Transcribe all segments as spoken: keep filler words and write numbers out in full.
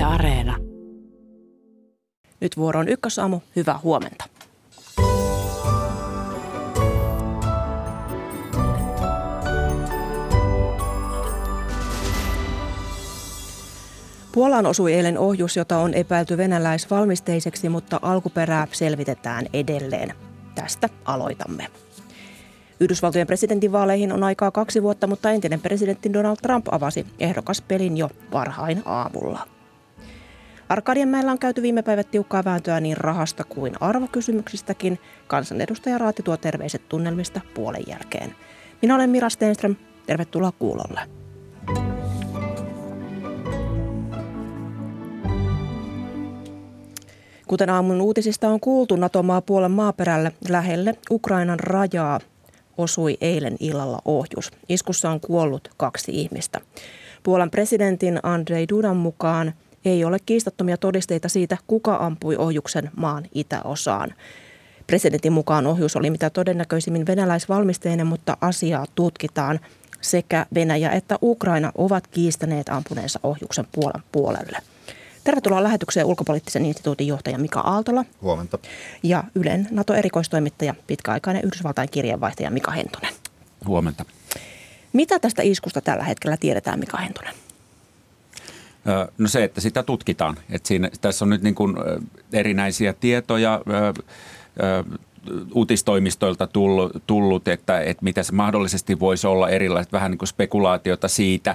Areena. Nyt vuoro on Ykkösaamu. Hyvää huomenta. Puolaan osui eilen ohjus, jota on epäilty venäläisvalmisteiseksi, mutta alkuperää selvitetään edelleen. Tästä aloitamme. Yhdysvaltojen presidentinvaaleihin on aikaa kaksi vuotta, mutta entinen presidentti Donald Trump avasi ehdokaspelin jo varhain aamulla. Arkadianmäellä on käyty viime päivät tiukkaa vääntöä niin rahasta kuin arvokysymyksistäkin. Kansanedustaja Raati tuo terveiset tunnelmista puolen jälkeen. Minä olen Mira Stenström. Tervetuloa kuulolle. Kuten aamun uutisista on kuultu, NATO-maa Puolan maaperälle lähelle Ukrainan rajaa osui eilen illalla ohjus. Iskussa on kuollut kaksi ihmistä. Puolan presidentin Andrzej Dudan mukaan ei ole kiistattomia todisteita siitä, kuka ampui ohjuksen maan itäosaan. Presidentin mukaan ohjus oli mitä todennäköisimmin venäläisvalmisteinen, mutta asiaa tutkitaan. Sekä Venäjä että Ukraina ovat kiistäneet ampuneensa ohjuksen Puolan puolelle. Tervetuloa lähetykseen ulkopoliittisen instituutin johtaja Mika Aaltola. Huomenta. Ja Ylen NATO-erikoistoimittaja, pitkäaikainen Yhdysvaltain kirjeenvaihtaja Mika Hentunen. Huomenta. Mitä tästä iskusta tällä hetkellä tiedetään, Mika Hentunen? No se, että sitä tutkitaan. Että siinä, tässä on nyt niin kuin erinäisiä tietoja uutistoimistoilta tullut, tullut että, että mitä se mahdollisesti voisi olla, erilaiset vähän niin kuin spekulaatiota siitä.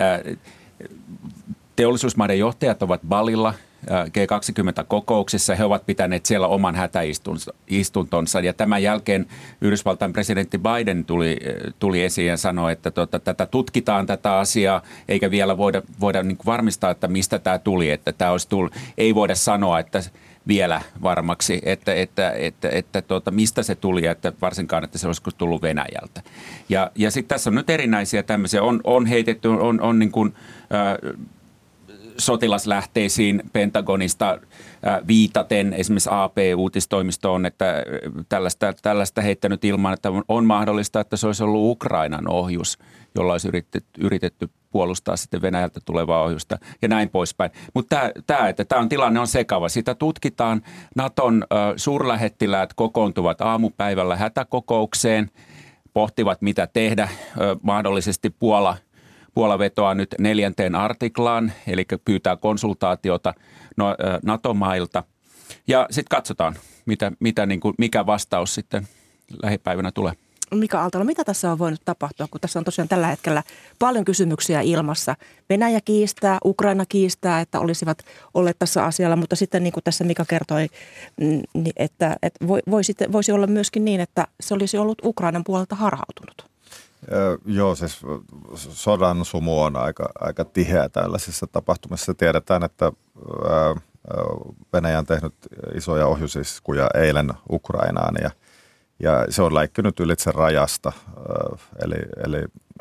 Teollisuusmaiden johtajat ovat Balilla G kaksikymmentä-kokouksissa. He ovat pitäneet siellä oman hätäistuntonsa. Ja tämän jälkeen Yhdysvaltain presidentti Biden tuli, tuli esiin ja sanoi, että tota, tätä tutkitaan tätä asiaa, eikä vielä voida, voida niin kuin varmistaa, että mistä tämä tuli. Että tämä olisi tullut, ei voida sanoa, että vielä varmaksi, että, että, että, että tuota, mistä se tuli, että varsinkaan, että se olisi tullut Venäjältä. Ja, ja sitten tässä on nyt erinäisiä tämmöisiä, on, on heitetty, on, on niin kuin Äh, sotilaslähteisiin Pentagonista viitaten, esimerkiksi A P-uutistoimisto on, että tällaista, tällaista heittänyt ilman, että on mahdollista, että se olisi ollut Ukrainan ohjus, jolla olisi yritetty, yritetty puolustaa sitten Venäjältä tulevaa ohjusta ja näin poispäin. Mutta tämä, että tämä on tilanne on sekava. Sitä tutkitaan. Naton äh, suurlähettiläät kokoontuvat aamupäivällä hätäkokoukseen, pohtivat mitä tehdä, äh, mahdollisesti Puola Puola vetoaa nyt neljänteen artiklaan, eli pyytää konsultaatiota NATO-mailta. Ja sitten katsotaan, mitä, mitä, niin kuin, mikä vastaus sitten lähipäivänä tulee. Mika Aaltola, mitä tässä on voinut tapahtua, kun tässä on tosiaan tällä hetkellä paljon kysymyksiä ilmassa. Venäjä kiistää, Ukraina kiistää, että olisivat olleet tässä asialla, mutta sitten niin kuin tässä Mika kertoi, että, että voisi, voisi olla myöskin niin, että se olisi ollut Ukrainan puolelta harhautunut. Joo, siis sodan sumu on aika, aika tiheä tällaisissa tapahtumissa. Tiedetään, että Venäjä on tehnyt isoja ohjusiskuja eilen Ukrainaan ja, ja se on läikkynyt ylitse rajasta. Eli, eli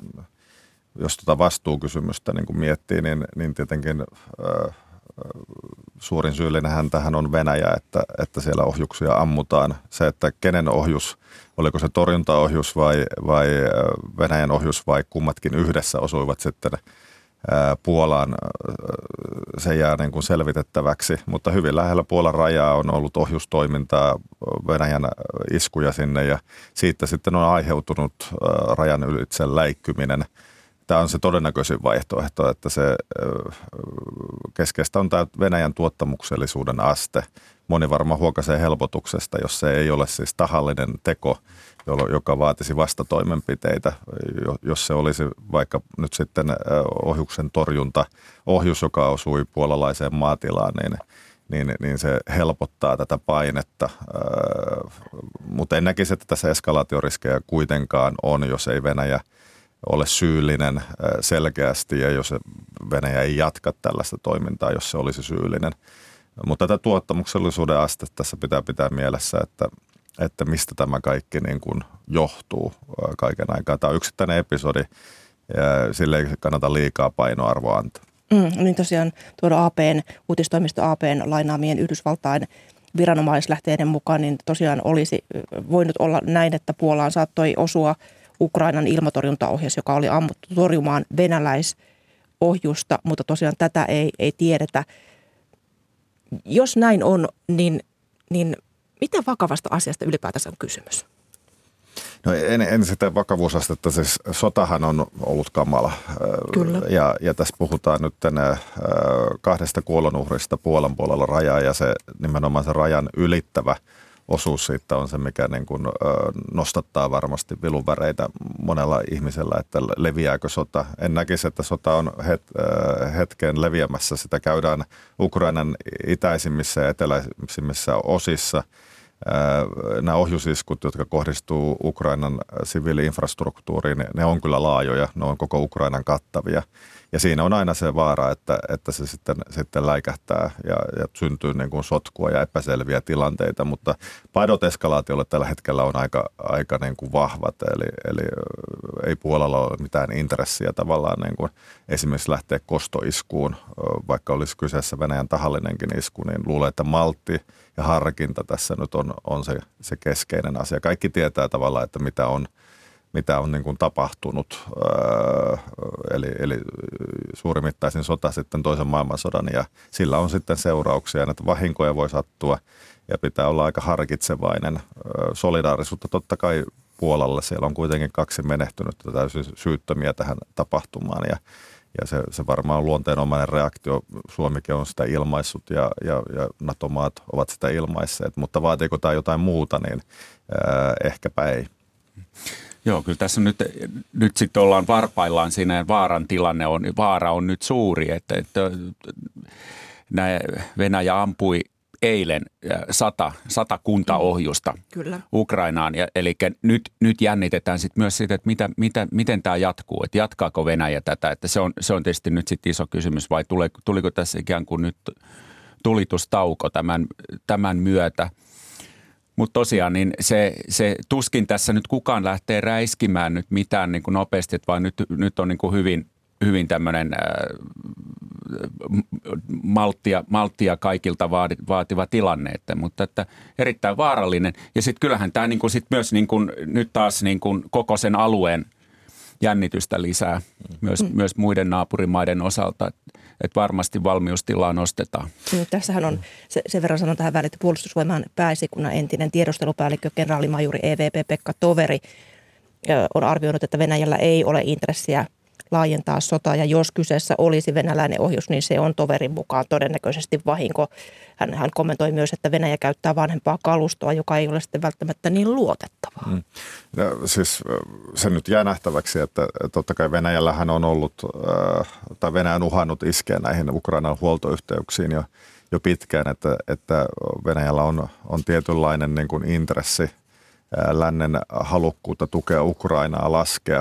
jos tuota vastuukysymystä niin kuin miettii, niin, niin tietenkin suurin syyllinenhän tähän on Venäjä, että, että siellä ohjuksia ammutaan. Se, että kenen ohjus, oliko se torjuntaohjus vai, vai Venäjän ohjus vai kummatkin yhdessä osuivat sitten ää, Puolaan, se jää niin kuin selvitettäväksi. Mutta hyvin lähellä Puolan rajaa on ollut ohjustoimintaa, Venäjän iskuja sinne ja siitä sitten on aiheutunut ää, rajan ylitse läikkyminen. Tämä on se todennäköisin vaihtoehto, että se keskeistä on tämä Venäjän tuottamuksellisuuden aste. Moni varmaan huokaisee helpotuksesta, jos se ei ole siis tahallinen teko, joka vaatisi vastatoimenpiteitä. Jos se olisi vaikka nyt sitten ohjuksen torjunta, ohjus, joka osui puolalaiseen maatilaan, niin, niin, niin se helpottaa tätä painetta. Mutta en näkisi, että tässä eskalaatioriskejä kuitenkaan on, jos ei Venäjä ole syyllinen selkeästi ja jos Venäjä ei jatka tällaista toimintaa, jos se olisi syyllinen. Mutta tätä tuottamuksellisuuden astetta tässä pitää pitää mielessä, että, että mistä tämä kaikki niin kuin johtuu kaiken aikaa. Tämä on yksittäinen episodi ja sille ei kannata liikaa painoarvoa antaa. Mm, niin tosiaan tuoda A P:n, uutistoimisto A P:n lainaamien Yhdysvaltain viranomaislähteiden mukaan, niin tosiaan olisi voinut olla näin, että Puolaan saattoi osua Ukrainan ilmatorjuntaohjus, joka oli ammuttu torjumaan venäläisohjusta, mutta tosiaan tätä ei, ei tiedetä. Jos näin on, niin, niin miten vakavasta asiasta ylipäätänsä on kysymys? No en, en sitä vakavuusastetta, siis sotahan on ollut kamala. Kyllä. Ja, ja tässä puhutaan nyt tänä, kahdesta kuolonuhrista Puolan puolella rajaa ja se nimenomaan se rajan ylittävä osuus siitä on se, mikä niin kuin, nostattaa varmasti vilunväreitä monella ihmisellä, että leviääkö sota. En näkisi, että sota on het, hetken leviämässä. Sitä käydään Ukrainan itäisimmissä ja eteläisimmissä osissa. Nämä ohjusiskut, jotka kohdistuu Ukrainan siviili-infrastruktuuriin, ne on kyllä laajoja, ne on koko Ukrainan kattavia. Ja siinä on aina se vaara, että, että se sitten, sitten läikähtää ja, ja syntyy niin kuin sotkua ja epäselviä tilanteita, mutta painot eskalaatiolle tällä hetkellä on aika, aika niin kuin vahvat, eli, eli ei Puolalla ole mitään intressiä tavallaan niin kuin esimerkiksi lähteä kostoiskuun, vaikka olisi kyseessä Venäjän tahallinenkin isku, niin luulen, että maltti ja harkinta tässä nyt on, on se, se keskeinen asia. Kaikki tietää tavallaan, että mitä on mitä on niin kuin tapahtunut, öö, eli, eli suurimittaisin sota sitten toisen maailmansodan ja sillä on sitten seurauksia, että vahinkoja voi sattua ja pitää olla aika harkitsevainen. Öö, solidaarisuutta totta kai Puolalle, siellä on kuitenkin kaksi menehtynyttä täysin syyttömiä tähän tapahtumaan ja, ja se, se varmaan on luonteenomainen reaktio. Suomikin on sitä ilmaissut ja, ja, ja NATO-maat ovat sitä ilmaisseet, mutta vaatiiko tämä jotain muuta, niin öö, ehkäpä ei. Joo, kyllä tässä nyt, nyt sitten ollaan varpaillaan siinä ja vaaran tilanne on, vaara on nyt suuri, että, että Venäjä ampui eilen sata, sata kuntaohjusta Kyllä. Ukrainaan, ja, eli nyt, nyt jännitetään sitten myös sitä, että mitä, mitä, miten tämä jatkuu, että jatkaako Venäjä tätä, että se on, se on tietysti nyt sitten iso kysymys, vai tule, tuliko tässä ikään kuin nyt tulitustauko tämän, tämän myötä. Mutta tosiaan niin se, se tuskin tässä nyt kukaan lähtee räiskimään nyt mitään niin kuin nopeasti, vaan nyt, nyt on niin kuin hyvin, hyvin tämmöinen malttia, malttia kaikilta vaativa tilanne, että, mutta että erittäin vaarallinen. Ja sitten kyllähän tämä niin kuin sit myös niin kuin, nyt taas niin kuin koko sen alueen jännitystä lisää myös, mm. myös muiden naapurimaiden osalta, että et varmasti valmiustilaa nostetaan. No, tässähän on, se, sen verran sanon tähän väliin, että Puolustusvoimain pääesikunnan entinen tiedustelupäällikkö, kenraalimajuri E V P Pekka Toveri on arvioinut, että Venäjällä ei ole intressiä laajentaa sotaa, ja jos kyseessä olisi venäläinen ohjus, niin se on Toverin mukaan todennäköisesti vahinko. Hän, hän kommentoi myös, että Venäjä käyttää vanhempaa kalustoa, joka ei ole sitten välttämättä niin luotettavaa. Hmm. No, siis se nyt jää nähtäväksi, että totta kai Venäjällähän on ollut, tai Venäjä on uhannut iskeä näihin Ukrainan huoltoyhteyksiin jo, jo pitkään, että, että Venäjällä on, on tietynlainen niin kuin intressi lännen halukkuutta tukea Ukrainaa laskea.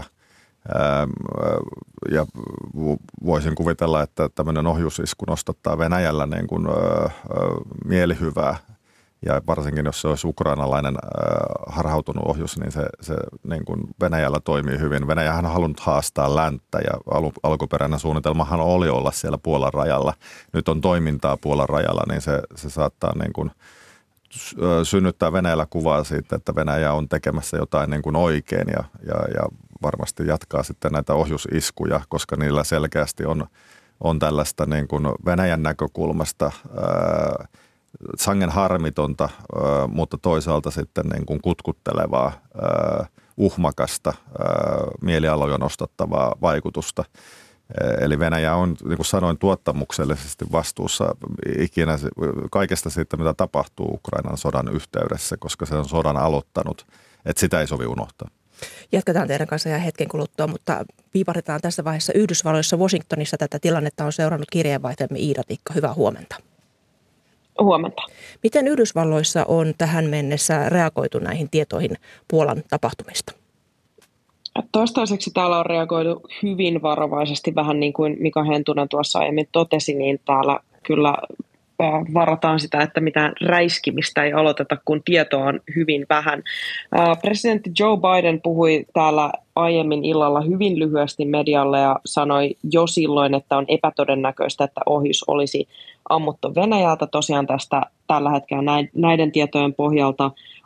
Ja voisin kuvitella, että tämmöinen ohjusisku nostattaa Venäjällä niin kuin, ö, mielihyvää. Ja varsinkin, jos se olisi ukrainalainen ö, harhautunut ohjus, niin se, se niin kuin Venäjällä toimii hyvin. Venäjähän on halunnut haastaa länttä ja al, alkuperäinen suunnitelmahan oli olla siellä Puolan rajalla. Nyt on toimintaa Puolan rajalla, niin se, se saattaa niin kuin synnyttää Venäjällä kuvaa siitä, että Venäjä on tekemässä jotain niin kuin oikein ja, ja, ja varmasti jatkaa sitten näitä ohjusiskuja, koska niillä selkeästi on, on tällaista niin kuin Venäjän näkökulmasta ää, sangen harmitonta, ää, mutta toisaalta sitten niin kuin kutkuttelevaa, ää, uhmakasta, ää, mielialoja nostattavaa vaikutusta. Eli Venäjä on, niin kuin sanoin, tuottamuksellisesti vastuussa ikinä kaikesta siitä, mitä tapahtuu Ukrainan sodan yhteydessä, koska se on sodan aloittanut, että sitä ei sovi unohtaa. Jatketaan teidän kanssa ihan hetken kuluttua, mutta piiparitaan tässä vaiheessa Yhdysvalloissa. Washingtonissa tätä tilannetta on seurannut kirjeenvaihtajamme Iida Tikka. Hyvää huomenta. Huomenta. Miten Yhdysvalloissa on tähän mennessä reagoitu näihin tietoihin Puolan tapahtumista? Toistaiseksi täällä on reagoitu hyvin varovaisesti, vähän niin kuin Mika Hentunen tuossa aiemmin totesi, niin täällä kyllä varataan sitä, että mitään räiskimistä ei aloiteta, kun tietoa on hyvin vähän. Presidentti Joe Biden puhui täällä aiemmin illalla hyvin lyhyesti medialle ja sanoi jo silloin, että on epätodennäköistä, että ohjus olisi ammuttu Venäjältä. Tosiaan tästä tällä hetkellä näiden tietojen pohjalta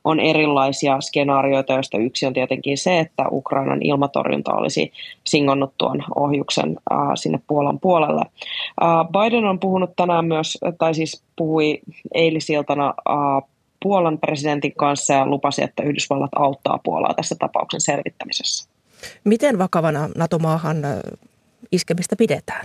on erilaisia skenaarioita, joista yksi on tietenkin se, että Ukrainan ilmatorjunta olisi singonnut tuon ohjuksen äh, sinne Puolan puolelle. Äh, Biden on puhunut tänään myös, tai siis puhui eilisiltana äh, Puolan presidentin kanssa ja lupasi, että Yhdysvallat auttaa Puolaa tässä tapauksen selvittämisessä. Miten vakavana NATO-maahan iskemistä pidetään?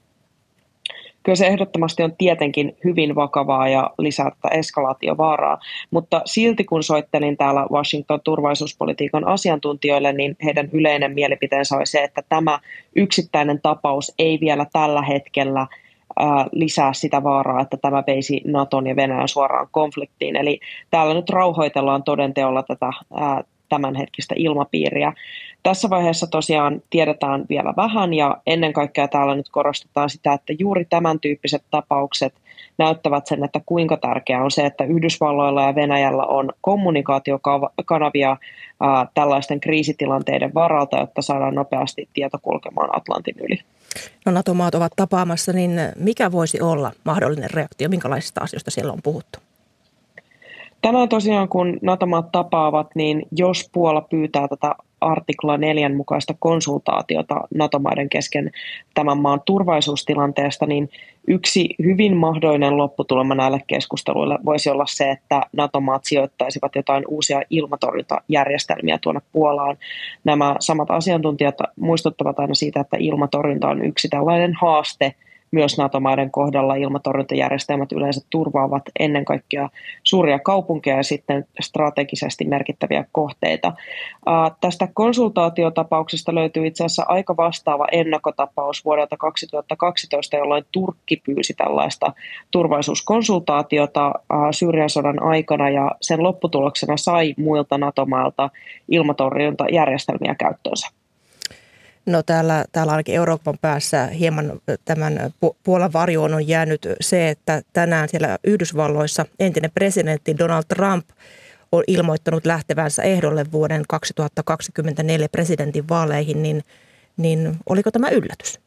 Kyllä se ehdottomasti on tietenkin hyvin vakavaa ja lisää tätä eskalaatiovaaraa, mutta silti kun soittelin täällä Washington turvallisuuspolitiikan asiantuntijoille, niin heidän yleinen mielipiteensä oli se, että tämä yksittäinen tapaus ei vielä tällä hetkellä lisää sitä vaaraa, että tämä veisi Naton ja Venäjän suoraan konfliktiin. Eli täällä nyt rauhoitellaan todenteolla tätä tämänhetkistä ilmapiiriä. Tässä vaiheessa tosiaan tiedetään vielä vähän ja ennen kaikkea täällä nyt korostetaan sitä, että juuri tämän tyyppiset tapaukset näyttävät sen, että kuinka tärkeää on se, että Yhdysvalloilla ja Venäjällä on kommunikaatiokanavia ää, tällaisten kriisitilanteiden varalta, jotta saadaan nopeasti tieto kulkemaan Atlantin yli. No NATO-maat ovat tapaamassa, niin mikä voisi olla mahdollinen reaktio? Minkälaisista asioista siellä on puhuttu? Tänään tosiaan, kun NATO-maat tapaavat, niin jos Puola pyytää tätä artikla neljän mukaista konsultaatiota NATO-maiden kesken tämän maan turvallisuustilanteesta, niin yksi hyvin mahdollinen lopputulema näille keskusteluille voisi olla se, että NATO-maat sijoittaisivat jotain uusia ilmatorjuntajärjestelmiä tuonne Puolaan. Nämä samat asiantuntijat muistuttavat aina siitä, että ilmatorjunta on yksi tällainen haaste myös NATO-maiden kohdalla. Ilmatorjuntajärjestelmät yleensä turvaavat ennen kaikkea suuria kaupunkeja ja sitten strategisesti merkittäviä kohteita. Tästä konsultaatiotapauksesta löytyy itse asiassa aika vastaava ennakkotapaus vuodelta kaksituhattakaksitoista, jolloin Turkki pyysi tällaista turvallisuuskonsultaatiota Syyrian sodan aikana ja sen lopputuloksena sai muilta NATO-mailta ilmatorjuntajärjestelmiä käyttöönsä. No täällä, täällä ainakin Euroopan päässä hieman tämän Puolan varjoon on jäänyt se, että tänään siellä Yhdysvalloissa entinen presidentti Donald Trump on ilmoittanut lähtevänsä ehdolle vuoden kaksituhattakaksikymmentäneljä presidentin vaaleihin, niin, niin oliko tämä yllätys?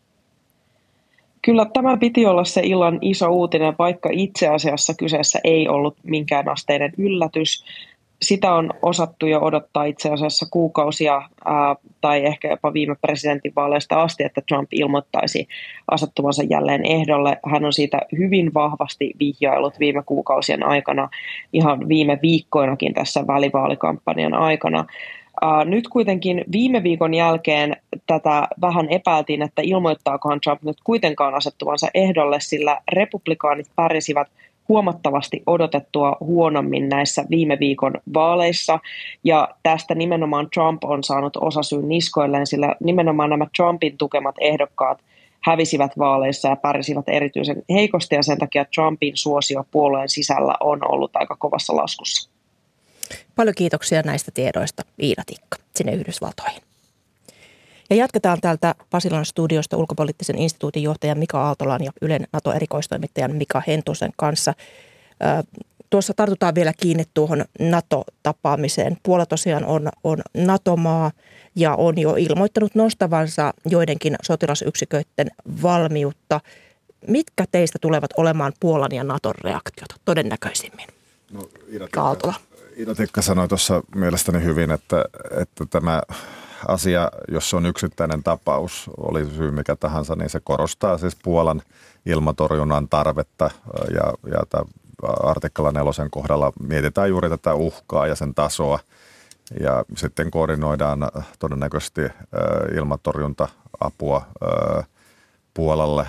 Kyllä tämä piti olla se illan iso uutinen, vaikka itse asiassa kyseessä ei ollut minkäänasteinen yllätys. Sitä on osattu jo odottaa itse asiassa kuukausia ää, tai ehkä jopa viime presidentinvaaleista asti, että Trump ilmoittaisi asettuvansa jälleen ehdolle. Hän on siitä hyvin vahvasti vihjailut viime kuukausien aikana, ihan viime viikkoinakin tässä välivaalikampanjan aikana. Ää, nyt kuitenkin viime viikon jälkeen tätä vähän epäiltiin, että ilmoittaakohan Trump nyt kuitenkaan asettuvansa ehdolle, sillä republikaanit pärjäsivät huomattavasti odotettua huonommin näissä viime viikon vaaleissa, ja tästä nimenomaan Trump on saanut osasyyn niskoilleen, sillä nimenomaan nämä Trumpin tukemat ehdokkaat hävisivät vaaleissa ja pärjäsivät erityisen heikosti, ja sen takia Trumpin suosio puolueen sisällä on ollut aika kovassa laskussa. Paljon kiitoksia näistä tiedoista, Iida Tikka, sinne Yhdysvaltoihin. Ja jatketaan täältä Pasilan studiosta ulkopoliittisen instituutin johtajan Mika Aaltolan ja Ylen NATO-erikoistoimittajan Mika Hentusen kanssa. Tuossa tartutaan vielä kiinni tuohon NATO-tapaamiseen. Puola tosiaan on, on NATO-maa ja on jo ilmoittanut nostavansa joidenkin sotilasyksiköiden valmiutta. Mitkä teistä tulevat olemaan Puolan ja NATOn reaktiot todennäköisimmin? No, Iida Tikka, Iida Tikka sanoi tuossa mielestäni hyvin, että, että tämä asia, jos se on yksittäinen tapaus, oli syy mikä tahansa, niin se korostaa siis Puolan ilmatorjunnan tarvetta ja, ja tämä artikla nelosen kohdalla mietitään juuri tätä uhkaa ja sen tasoa ja sitten koordinoidaan todennäköisesti ilmatorjunta-apua Puolalle.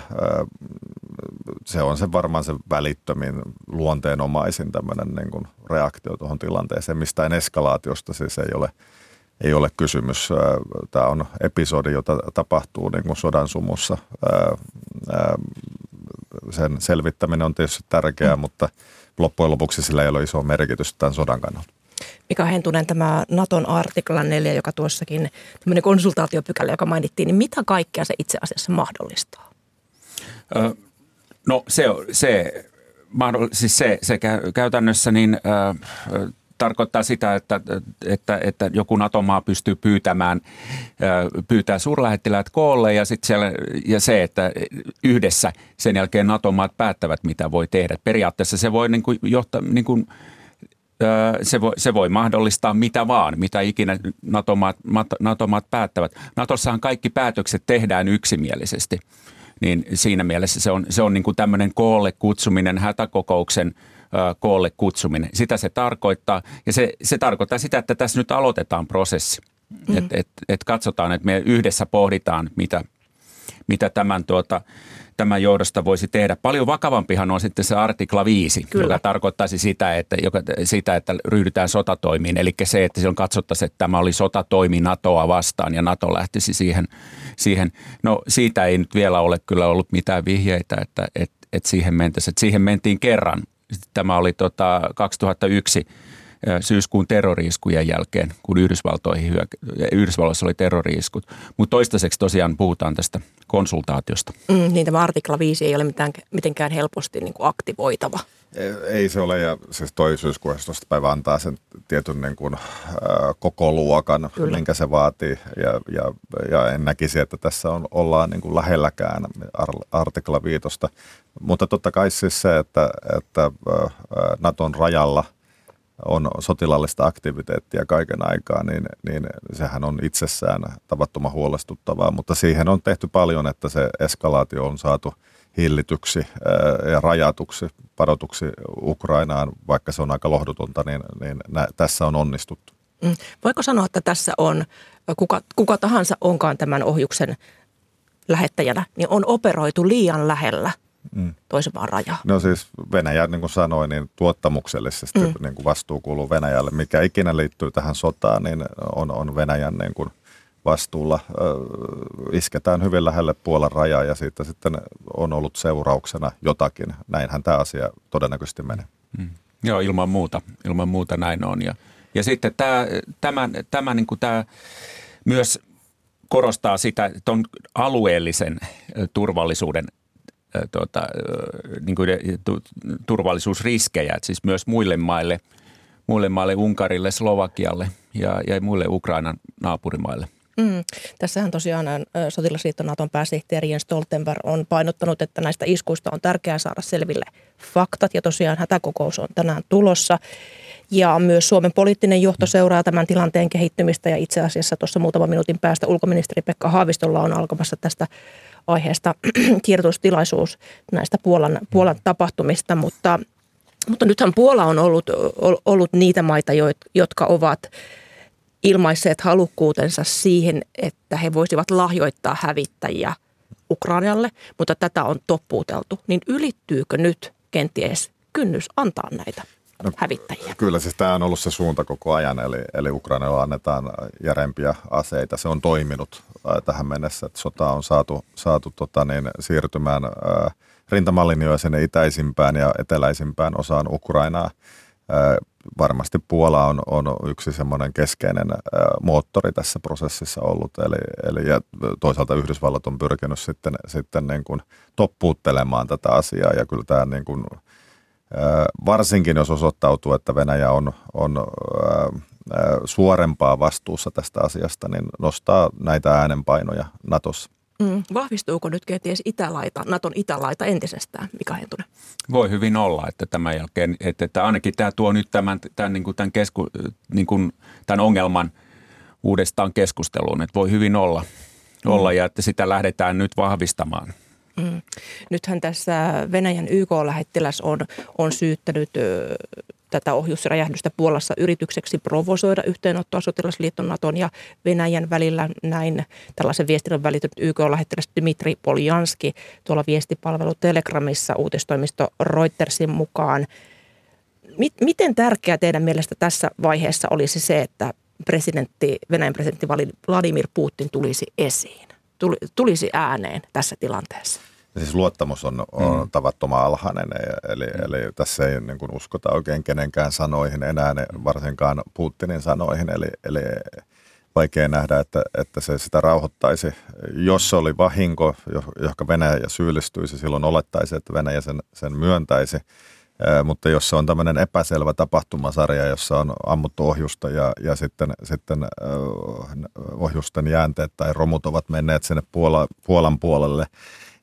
Se on se varmaan se välittömin luonteenomaisin tämmöinen niin kuin reaktio tuohon tilanteeseen, mistään eskalaatiosta siis ei ole Ei ole kysymys. Tämä on episodi, jota tapahtuu niin kuin sodan sumussa. Sen selvittäminen on tietysti tärkeää, mutta loppujen lopuksi sillä ei ole iso merkitys tämän sodan kannalta. Mika Hentunen, tämä Naton artikla neljä, joka tuossakin, tämmöinen konsultaatiopykälä, joka mainittiin, niin mitä kaikkea se itse asiassa mahdollistaa? No se, se, siis se, se käytännössä niin tarkoittaa sitä, että, että, että joku NATO-maa pystyy pyytämään, pyytää suurlähettiläät koolle ja, sit siellä, ja se, että yhdessä sen jälkeen NATO-maat päättävät, mitä voi tehdä. Periaatteessa se voi niin kuin johtaa, niin kuin Se voi, se voi mahdollistaa mitä vaan, mitä ikinä NATO-maat, NATO-maat päättävät. Natossahan kaikki päätökset tehdään yksimielisesti, niin siinä mielessä se on, se on niin kuin tämmöinen koolle kutsuminen, hätäkokouksen koolle kutsuminen. Sitä se tarkoittaa, ja se, se tarkoittaa sitä, että tässä nyt aloitetaan prosessi. Mm. Että et, et katsotaan, että me yhdessä pohditaan, mitä, mitä tämän, tuota, tämän johdosta voisi tehdä. Paljon vakavampihan on sitten se artikla viisi, Kyllä. joka tarkoittaisi sitä että, joka, sitä, että ryhdytään sotatoimiin. Eli se, että silloin katsottaisiin, että tämä oli sotatoimi NATOa vastaan ja NATO lähtisi siihen. siihen. No siitä ei nyt vielä ole kyllä ollut mitään vihjeitä, että, että, että siihen mentäisiin. Että siihen mentiin kerran. Tämä oli tota kaksituhattayksi syyskuun terrori-iskujen jälkeen, kun Yhdysvaltoihin hyök- Yhdysvalloissa oli terrori-iskut. Mutta toistaiseksi tosiaan puhutaan tästä konsultaatiosta. Mm, niin tämä artikla viisi ei ole mitään, mitenkään helposti niin kuin aktivoitava. Ei se ole, ja siis toi syyskuun yhdestoista päivä antaa sen tietyn niin kuin, äh, koko luokan, Kyllä. minkä se vaatii. Ja, ja, ja en näkisi, että tässä on, ollaan niin kuin lähelläkään artikla viitosta. Mutta totta kai siis se, että, että äh, Naton rajalla on sotilaallista aktiviteettia kaiken aikaa, niin, niin sehän on itsessään tavattoman huolestuttavaa. Mutta siihen on tehty paljon, että se eskalaatio on saatu hillityksi ää, ja rajatuksi, padotuksi Ukrainaan, vaikka se on aika lohdutonta, niin, niin nä, tässä on onnistuttu. Mm. Voiko sanoa, että tässä on, kuka, kuka tahansa onkaan tämän ohjuksen lähettäjänä, niin on operoitu liian lähellä Mm. toisen maan rajaa? No siis Venäjä, niin kuin sanoin, niin tuottamuksellisesti mm. niin kuin vastuu kuuluu Venäjälle. Mikä ikinä liittyy tähän sotaan, niin on, on Venäjän niin kuin vastuulla. Isketään hyvin lähelle Puolan rajaa ja siitä sitten on ollut seurauksena jotakin. Näinhän tämä asia todennäköisesti menee. Mm. Joo, ilman muuta. Ilman muuta näin on. Ja, ja sitten tämä, tämä, tämä, niin kuin tämä myös korostaa sitä, että on alueellisen turvallisuuden Tuota, niin kuin turvallisuusriskejä, että siis myös muille maille, muille maille, Unkarille, Slovakialle ja, ja muille Ukrainan naapurimaille. Mm. Tässähän tosiaan sotilasliitto Naton pääsihteeri Jens Stoltenberg on painottanut, että näistä iskuista on tärkeää saada selville faktat ja tosiaan hätäkokous on tänään tulossa. Ja myös Suomen poliittinen johto seuraa tämän tilanteen kehittymistä ja itse asiassa tuossa muutaman minuutin päästä ulkoministeri Pekka Haavistolla on alkamassa tästä aiheesta tiedotustilaisuus näistä Puolan, Puolan tapahtumista, mutta, mutta nythän Puola on ollut, ollut niitä maita, jotka ovat ilmaisseet halukkuutensa siihen, että he voisivat lahjoittaa hävittäjiä Ukrainalle, mutta tätä on toppuuteltu. Niin ylittyykö nyt kenties kynnys antaa näitä no, hävittäjiä? Kyllä, siis tämä on ollut se suunta koko ajan, eli, eli Ukrainalle annetaan järeempiä aseita. Se on toiminut äh, tähän mennessä, että sota on saatu, saatu tota, niin, siirtymään äh, rintamalinjoja sinne itäisimpään ja eteläisimpään osaan Ukrainaa. Äh, varmasti Puola on, on yksi semmoinen keskeinen äh, moottori tässä prosessissa ollut, eli, eli ja toisaalta Yhdysvallat on pyrkinyt sitten, sitten niin kuin toppuuttelemaan tätä asiaa, ja kyllä tämä niin kuin varsinkin jos osoittautuu, että Venäjä on, on ää, suorempaa vastuussa tästä asiasta, niin nostaa näitä äänenpainoja Natossa. Mm. Vahvistuuko nyt kenties itälaita, Naton itälaita entisestään, Mika Hentunen? Voi hyvin olla, että tämän jälkeen, että, että ainakin tämä tuo nyt tämän, tämän, niin kuin tämän, kesku, niin kuin tämän ongelman uudestaan keskusteluun, että voi hyvin olla, mm. olla ja että sitä lähdetään nyt vahvistamaan. Mm. Nythän tässä Venäjän Y K-lähettiläs on, on syyttänyt ö, tätä ohjusräjähdystä Puolassa yritykseksi provosoida yhteenottoa sotilasliiton Naton ja Venäjän välillä. Näin tällaisen viestin on välitynyt Y K-lähettiläs Dmitri Poljanski tuolla viestipalvelu Telegramissa uutistoimisto Reutersin mukaan. Miten tärkeää teidän mielestä tässä vaiheessa olisi se, että presidentti, Venäjän presidentti Vladimir Putin tulisi esiin? Tulisi ääneen tässä tilanteessa? Siis luottamus on, on mm. tavattoman alhainen, eli, eli tässä ei niin kuin uskota oikein kenenkään sanoihin enää, varsinkaan Putinin sanoihin, eli, eli vaikea nähdä, että, että se sitä rauhoittaisi. Jos se oli vahinko, johon Venäjä syyllistyisi, silloin olettaisi, että Venäjä sen, sen myöntäisi. Mutta jos se on tämmöinen epäselvä tapahtumasarja, jossa on ammuttu ohjusta ja, ja sitten, sitten ohjusten jäänteet tai romut ovat menneet sinne Puola, Puolan puolelle,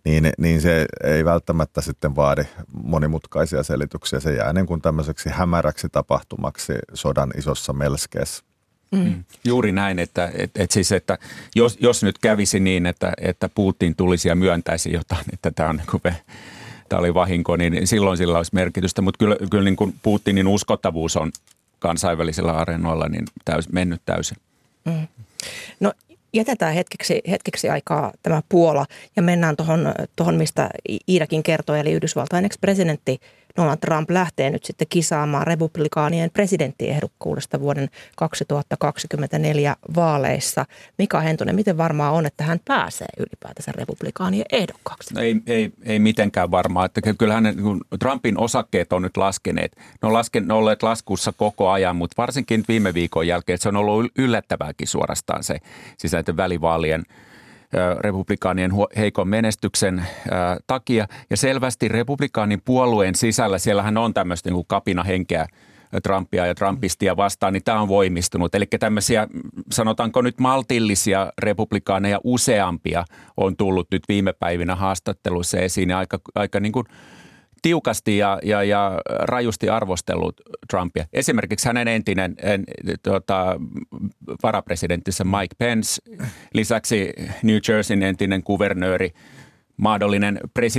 niin, niin se ei välttämättä sitten vaadi monimutkaisia selityksiä. Se jää niin kuin tämmöiseksi hämäräksi tapahtumaksi sodan isossa melskeessä. Mm. Juuri näin, että, että, että, siis, että jos, jos nyt kävisi niin, että, että Putin tulisi ja myöntäisi jotain, että tämä, on, niin kuin, tämä oli vahinko, niin silloin sillä olisi merkitystä. Mutta kyllä, kyllä niin kuin Putinin uskottavuus on kansainvälisillä areenoilla niin täys, mennyt täysin. Mm. No jätetään hetkeksi, hetkeksi aikaa tämä Puola ja mennään tuohon, tuohon mistä Iidakin kertoi, eli Yhdysvaltain ex-presidentti Donald Trump lähtee nyt sitten kisaamaan republikaanien presidenttiehdokkuudesta vuoden kaksituhattakaksikymmentäneljä vaaleissa. Mika Hentunen, miten varmaa on, että hän pääsee ylipäätänsä republikaanien ehdokkaaksi? No ei, ei, ei mitenkään varmaa. Että kyllähän ne, Trumpin osakkeet on nyt laskeneet. Ne on lasken, olleet laskussa koko ajan, mutta varsinkin viime viikon jälkeen, että se on ollut yllättävääkin suorastaan se, siis näiden välivaalien republikaanien heikon menestyksen takia. Ja selvästi republikaanin puolueen sisällä, siellähän on tämmöistä niin kuin kapinahenkeä Trumpia ja Trumpistia vastaan, niin tämä on voimistunut. Eli tämmöisiä, sanotaanko nyt maltillisia republikaaneja useampia on tullut nyt viime päivinä haastatteluissa esiin ja aika, aika niin kuin tiukasti ja, ja, ja rajusti arvostellut Trumpia. Esimerkiksi hänen entinen en, tuota, varapresidenttinsä Mike Pence, lisäksi New Jerseyn entinen kuvernööri, mahdollinen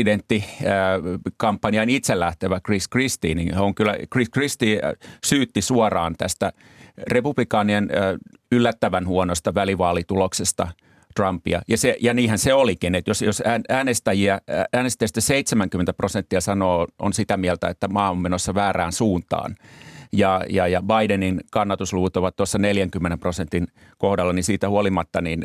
presidenttikampanjan itse lähtevä Chris Christie, niin on kyllä, Chris Christie syytti suoraan tästä republikaanien yllättävän huonosta välivaalituloksesta Trumpia. Ja, se, ja niinhän se olikin, että jos, jos äänestäjiä, äänestäjistä seitsemänkymmentä prosenttia sanoo, on sitä mieltä, että maa on menossa väärään suuntaan, ja, ja, ja Bidenin kannatusluvut ovat tuossa neljänkymmenen prosentin kohdalla, niin siitä huolimatta niin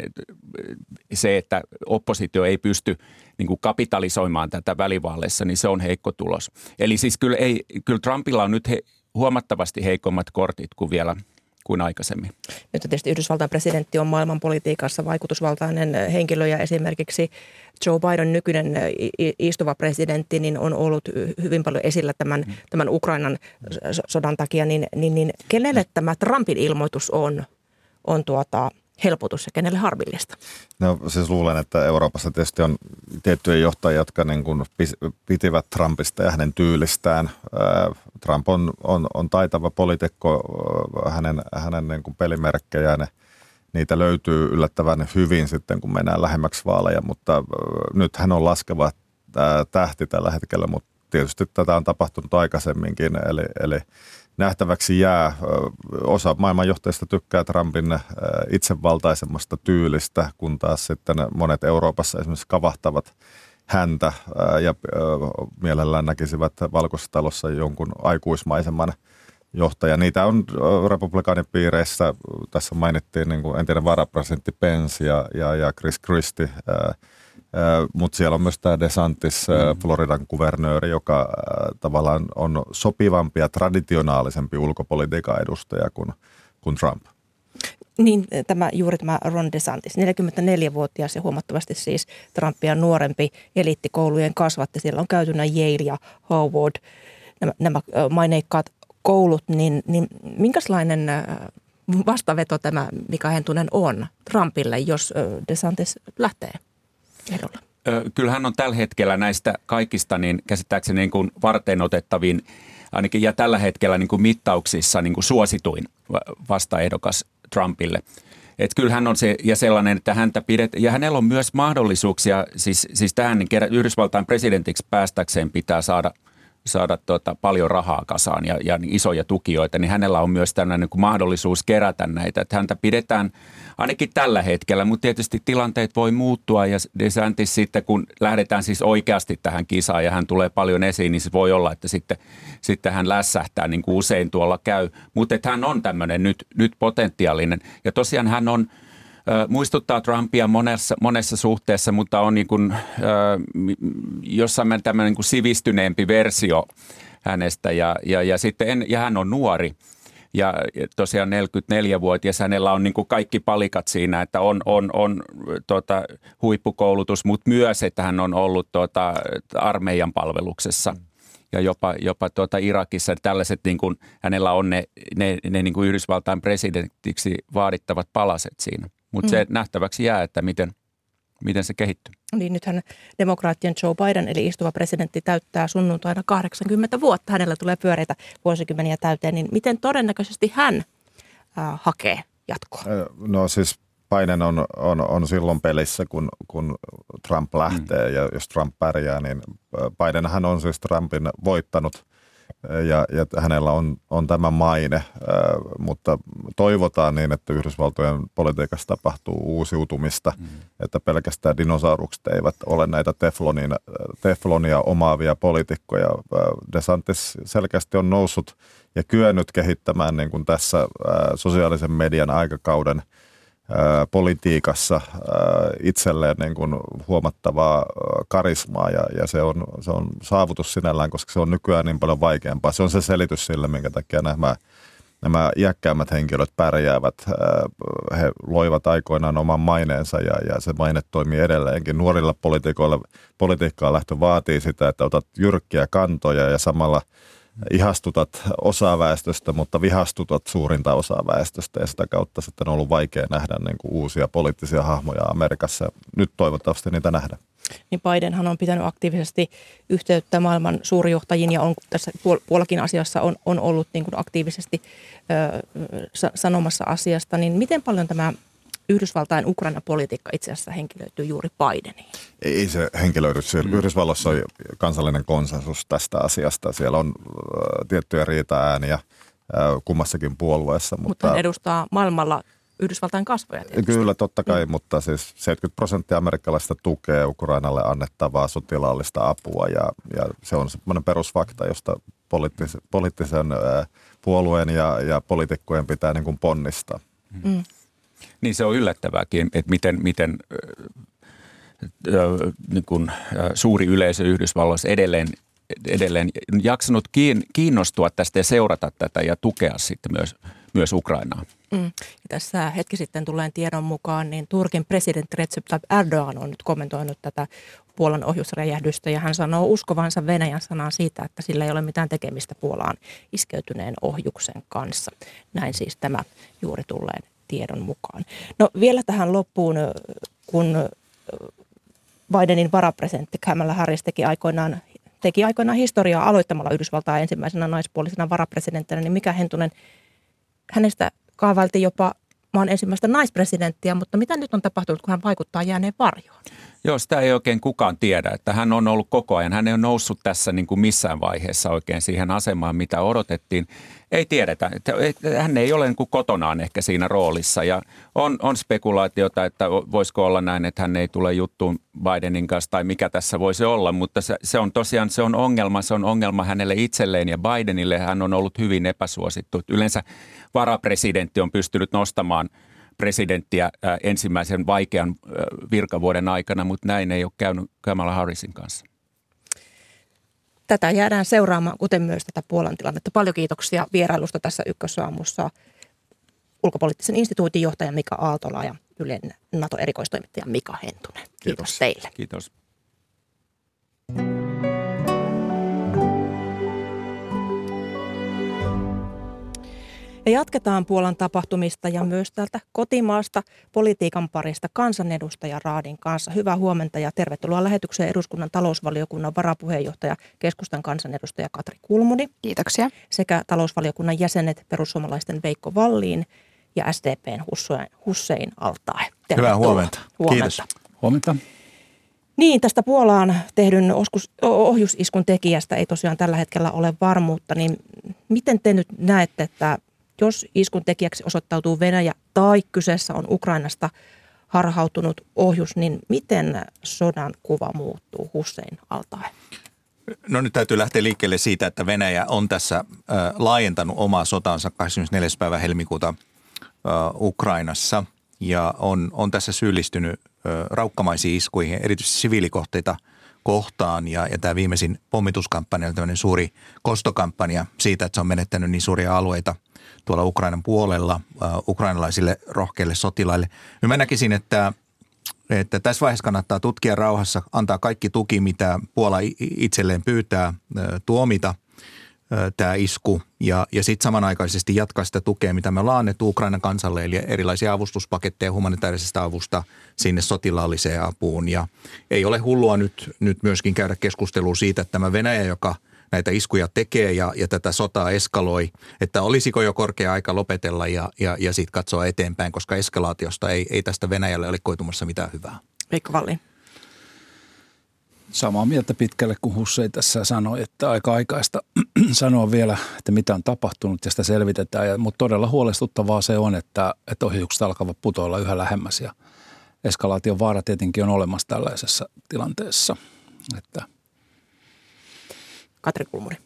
se, että oppositio ei pysty niin kuin kapitalisoimaan tätä välivaaleissa, niin se on heikko tulos. Eli siis kyllä, ei, kyllä Trumpilla on nyt he, huomattavasti heikommat kortit kuin vielä kuin aikaisemmin. Nyt tietysti Yhdysvaltain presidentti on maailmanpolitiikassa vaikutusvaltainen henkilö ja esimerkiksi Joe Biden, nykyinen istuva presidentti, niin on ollut hyvin paljon esillä tämän, mm. tämän Ukrainan sodan takia. Niin, niin, niin kenelle tämä Trumpin ilmoitus on, on tuota helpotus ja kenelle harmillista? No siis luulen, että Euroopassa tietysti on tiettyjä johtajia, jotka niin kuin pitivät Trumpista ja hänen tyylistään. Trump on, on, on taitava poliitikko, hänen, hänen niin kuin pelimerkkejään, niitä löytyy yllättävän hyvin sitten, kun mennään lähemmäksi vaaleja, mutta nyt hän on laskeva tähti tällä hetkellä, mutta tietysti tätä on tapahtunut aikaisemminkin, eli, eli nähtäväksi jää. Osa maailmanjohtajista tykkää Trumpin itsevaltaisemmasta tyylistä, kun taas sitten monet Euroopassa esimerkiksi kavahtavat häntä ja mielellään näkisivät Valkoisessa talossa jonkun aikuismaisemman johtajan. Niitä on republikaanipiireissä, tässä mainittiin niin kuin entinen varapresidentti Pence ja, ja, ja Chris Christie, mutta siellä on myös tämä DeSantis, Floridan kuvernööri, joka tavallaan on sopivampi ja traditionaalisempi ulkopolitiikan edustaja kuin, kuin Trump. Niin, tämä, juuri tämä Ron DeSantis, neljäkymmentäneljävuotias ja huomattavasti siis Trumpia nuorempi eliittikoulujen kasvatti. Siellä on käyty nämä Yale ja Howard, nämä, nämä maineikkaat koulut, niin, niin minkälainen vastaveto tämä Mika Hentunen on Trumpille, jos DeSantis lähtee ehdolla? Kyllä hän on tällä hetkellä näistä kaikista niin käsittääkseni niin kuin varten otettavin, ainakin ja tällä hetkellä niin kuin mittauksissa niin kuin suosituin vastaehdokas Trumpille. Että kyllä hän on se ja sellainen, että häntä pidetään, ja hänellä on myös mahdollisuuksia, siis, siis tähän niin Yhdysvaltain presidentiksi päästäkseen pitää saada saada tuota, paljon rahaa kasaan ja, ja isoja tukijoita, niin hänellä on myös tällainen niin kuin mahdollisuus kerätä näitä. Että häntä pidetään ainakin tällä hetkellä, mutta tietysti tilanteet voi muuttua ja DeSantis sitten, kun lähdetään siis oikeasti tähän kisaan ja hän tulee paljon esiin, niin se voi olla, että sitten, sitten hän lässähtää niin kuin usein tuolla käy. Mutta että hän on tämmöinen nyt, nyt potentiaalinen ja tosiaan hän on muistuttaa Trumpia monessa, monessa suhteessa, mutta on niin kuin, jossain tämmöinen niin kuin sivistyneempi versio hänestä ja, ja, ja, sitten en, ja hän on nuori ja tosiaan neljäkymmentäneljävuotias. Hänellä on niin kuin kaikki palikat siinä, että on, on, on tota, huippukoulutus, mutta myös, että hän on ollut tota, armeijan palveluksessa. Ja jopa, jopa tuota Irakissa tällaiset, niin kuin, hänellä on ne, ne, ne niin kuin Yhdysvaltain presidentiksi vaadittavat palaset siinä. Mutta se nähtäväksi jää, että miten, miten se kehittyy. Niin nythän demokraattien Joe Biden, eli istuva presidentti, täyttää sunnuntaina kahdeksankymmentä vuotta. Hänellä tulee pyöreitä vuosikymmeniä täyteen, niin miten todennäköisesti hän äh, hakee jatkoa? No siis Biden on, on, on silloin pelissä, kun, kun Trump lähtee, mm. ja jos Trump pärjää, niin Bidenhän on siis Trumpin voittanut, ja, ja hänellä on, on tämä maine, äh, mutta toivotaan niin, että Yhdysvaltojen politiikassa tapahtuu uusiutumista, mm. että pelkästään dinosaurukset eivät ole näitä teflonin, teflonia omaavia poliitikkoja. DeSantis selkeästi on noussut ja kyennyt kehittämään niin kuin tässä äh, sosiaalisen median aikakauden politiikassa itselleen niin kuin huomattavaa karismaa ja, ja se, on, se on saavutus sinällään, koska se on nykyään niin paljon vaikeampaa. Se on se selitys sille, minkä takia nämä, nämä iäkkäämmät henkilöt pärjäävät. He loivat aikoinaan oman maineensa ja, ja se maine toimii edelleenkin. Nuorilla poliitikoilla politiikkaan lähtö vaatii sitä, että otat jyrkkiä kantoja ja samalla ihastutat osaa väestöstä, mutta vihastutat suurinta osaa väestöstä ja sitä kautta sitten on ollut vaikea nähdä niin kuin uusia poliittisia hahmoja Amerikassa. Nyt toivottavasti niitä nähdään. Niin Bidenhan on pitänyt aktiivisesti yhteyttä maailman suurijohtajiin ja on tässä puolellakin asiassa on, on ollut niin kuin aktiivisesti ö, sanomassa asiasta. Niin miten paljon tämä Yhdysvaltain Ukraina-politiikka itse asiassa henkilöityy juuri Bideniin? Ei se henkilöidy. Yhdysvalloissa on kansallinen konsensus tästä asiasta. Siellä on äh, tiettyjä riita-ääniä äh, kummassakin puolueessa. Mutta, mutta hän edustaa maailmalla Yhdysvaltain kasvoja tietysti. Kyllä, totta kai, mm. mutta siis seitsemänkymmentä prosenttia amerikkalaisista tukee Ukrainalle annettavaa sotilaallista apua ja, ja se on semmoinen perusfakta, josta poliittis, poliittisen äh, puolueen ja, ja poliitikkojen pitää niin kuin ponnistaa. Mm. Niin se on yllättävääkin, että miten, miten äh, niin kuin, äh, suuri yleisö Yhdysvalloissa edelleen, edelleen jaksanut kiinnostua tästä ja seurata tätä ja tukea sitten myös, myös Ukrainaa. Mm. Ja tässä hetki sitten tulleen tiedon mukaan, niin Turkin presidentti Recep Tayyip Erdogan on nyt kommentoinut tätä Puolan ohjusräjähdystä ja hän sanoo uskovansa Venäjän sanaan siitä, että sillä ei ole mitään tekemistä Puolaan iskeytyneen ohjuksen kanssa. Näin siis tämä juuri tulleen tiedon mukaan. No vielä tähän loppuun, kun Bidenin varapresidentti Kamala Harris teki aikoinaan, teki aikoinaan historiaa aloittamalla Yhdysvaltain ensimmäisenä naispuolisena varapresidenttinä, niin mikä Hentunen, hänestä kaavailtiin jopa maan ensimmäistä naispresidenttiä, mutta mitä nyt on tapahtunut, kun hän vaikuttaa jääneen varjoon? Joo, sitä ei oikein kukaan tiedä, että hän on ollut koko ajan. Hän ei ole noussut tässä niin kuin missään vaiheessa oikein siihen asemaan, mitä odotettiin. Ei tiedetä. Hän ei ole niin kuin kotonaan ehkä siinä roolissa ja on, on spekulaatiota, että voisiko olla näin, että hän ei tule juttuun Bidenin kanssa tai mikä tässä voisi olla, mutta se, se on tosiaan se on ongelma. Se on ongelma hänelle itselleen ja Bidenille. Hän on ollut hyvin epäsuosittu. Yleensä varapresidentti on pystynyt nostamaan presidenttiä ensimmäisen vaikean virkavuoden aikana, mutta näin ei ole käynyt Kamala Harrisin kanssa. Tätä jäädään seuraamaan, kuten myös tätä Puolan tilannetta. Paljon kiitoksia vierailusta tässä Ykkösaamussa ulkopoliittisen instituutin johtaja Mika Aaltola ja Ylen NATO-erikoistoimittaja Mika Hentunen. Kiitos, Kiitos teille. Kiitos. Ja jatketaan Puolan tapahtumista ja myös täältä kotimaasta politiikan parista kansanedustaja Raadin kanssa. Hyvää huomenta ja tervetuloa lähetykseen eduskunnan talousvaliokunnan varapuheenjohtaja, keskustan kansanedustaja Katri Kulmuni. Kiitoksia. Sekä talousvaliokunnan jäsenet perussuomalaisten Veikko Vallin ja S D P:n Hussein Al-Taee. Hyvää huomenta. huomenta. Kiitos. Huomenta. Niin, tästä Puolaan tehdyn ohjusiskun tekijästä ei tosiaan tällä hetkellä ole varmuutta, niin miten te nyt näette, että jos iskun tekijäksi osoittautuu Venäjä tai kyseessä on Ukrainasta harhautunut ohjus, niin miten sodan kuva muuttuu, Hussein Al-Taee? No nyt täytyy lähteä liikkeelle siitä, että Venäjä on tässä äh, laajentanut omaa sotaansa kahdeskymmenesneljäs päivä helmikuuta äh, Ukrainassa ja on, on tässä syyllistynyt äh, raukkamaisiin iskuihin, erityisesti siviilikohteita kohtaan ja, ja tämä viimeisin pommituskampanja on tämmöinen suuri kostokampanja siitä, että se on menettänyt niin suuria alueita tuolla Ukrainan puolella uh, ukrainalaisille rohkeille sotilaille. Mä näkisin, että, että tässä vaiheessa kannattaa tutkia rauhassa, antaa kaikki tuki, mitä Puola itselleen pyytää, uh, tuomita tämä isku ja, ja sitten samanaikaisesti jatkaa sitä tukea, mitä me ollaan annettu Ukrainan kansalle, eli erilaisia avustuspaketteja humanitaarisesta avusta sinne sotilaalliseen apuun. Ja ei ole hullua nyt, nyt myöskin käydä keskustelua siitä, että tämä Venäjä, joka näitä iskuja tekee ja, ja tätä sotaa eskaloi, että olisiko jo korkea aika lopetella ja, ja, ja sitten katsoa eteenpäin, koska eskalaatiosta ei, ei tästä Venäjälle ole koitumassa mitään hyvää. Veikko Vallin. Samaa mieltä pitkälle kuin Hussei tässä sanoi, että aika aikaista sanoa vielä, että mitä on tapahtunut ja sitä selvitetään. Ja, mutta todella huolestuttavaa se on, että, että ohjukset alkavat putoilla yhä lähemmäs ja eskalaation vaara tietenkin on olemassa tällaisessa tilanteessa. Että. Katri Kulmuri.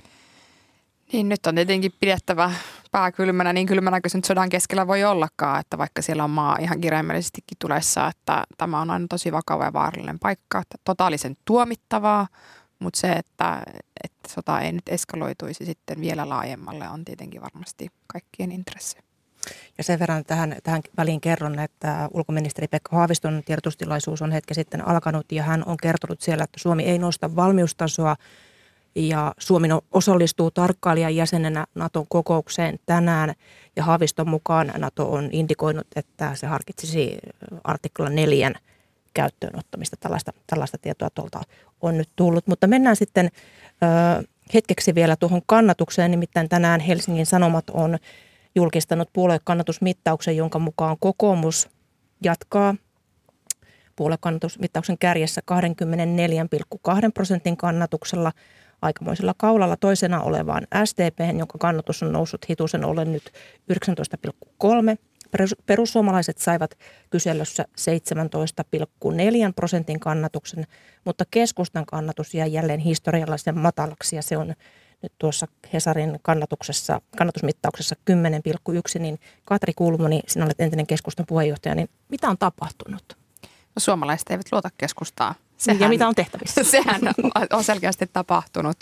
Niin nyt on tietenkin pidettävä pää kylmänä, niin kylmänä kuin se nyt sodan keskellä voi ollakaan, että vaikka siellä on maa ihan kirjaimellisestikin tulessa, että tämä on aina tosi vakava ja vaarallinen paikka, että totaalisen tuomittavaa, mutta se, että, että sota ei nyt eskaloituisi sitten vielä laajemmalle on tietenkin varmasti kaikkien intressi. Ja sen verran tähän, tähän väliin kerron, että ulkoministeri Pekka Haaviston tiedotustilaisuus on hetki sitten alkanut ja hän on kertonut siellä, että Suomi ei nosta valmiustasoa ja Suomi osallistuu tarkkailijan jäsenenä Naton kokoukseen tänään ja Haaviston mukaan Nato on indikoinut, että se harkitsisi artikla neljän käyttöönottamista. Tällaista, tällaista tietoa tuolta on nyt tullut, mutta mennään sitten ö, hetkeksi vielä tuohon kannatukseen, nimittäin tänään Helsingin Sanomat on julkistanut puoluekannatusmittauksen, jonka mukaan kokoomus jatkaa puoluekannatusmittauksen kärjessä kaksikymmentäneljä pilkku kaksi prosentin kannatuksella aikamoisella kaulalla toisena olevaan S D P, jonka kannatus on noussut hitusen ollen nyt yhdeksäntoista pilkku kolme. Perussuomalaiset saivat kyselyssä seitsemäntoista pilkku neljä prosentin kannatuksen, mutta keskustan kannatus jäi jälleen historiallisen matalaksi ja se on nyt tuossa Hesarin kannatuksessa, kannatusmittauksessa kymmenen pilkku yksi, niin Katri Kulmuni, sinä olet entinen keskustan puheenjohtaja, niin mitä on tapahtunut? No, suomalaiset eivät luota keskustaa. Sehän, ja mitä on tehtävissä? Sehän on selkeästi tapahtunut.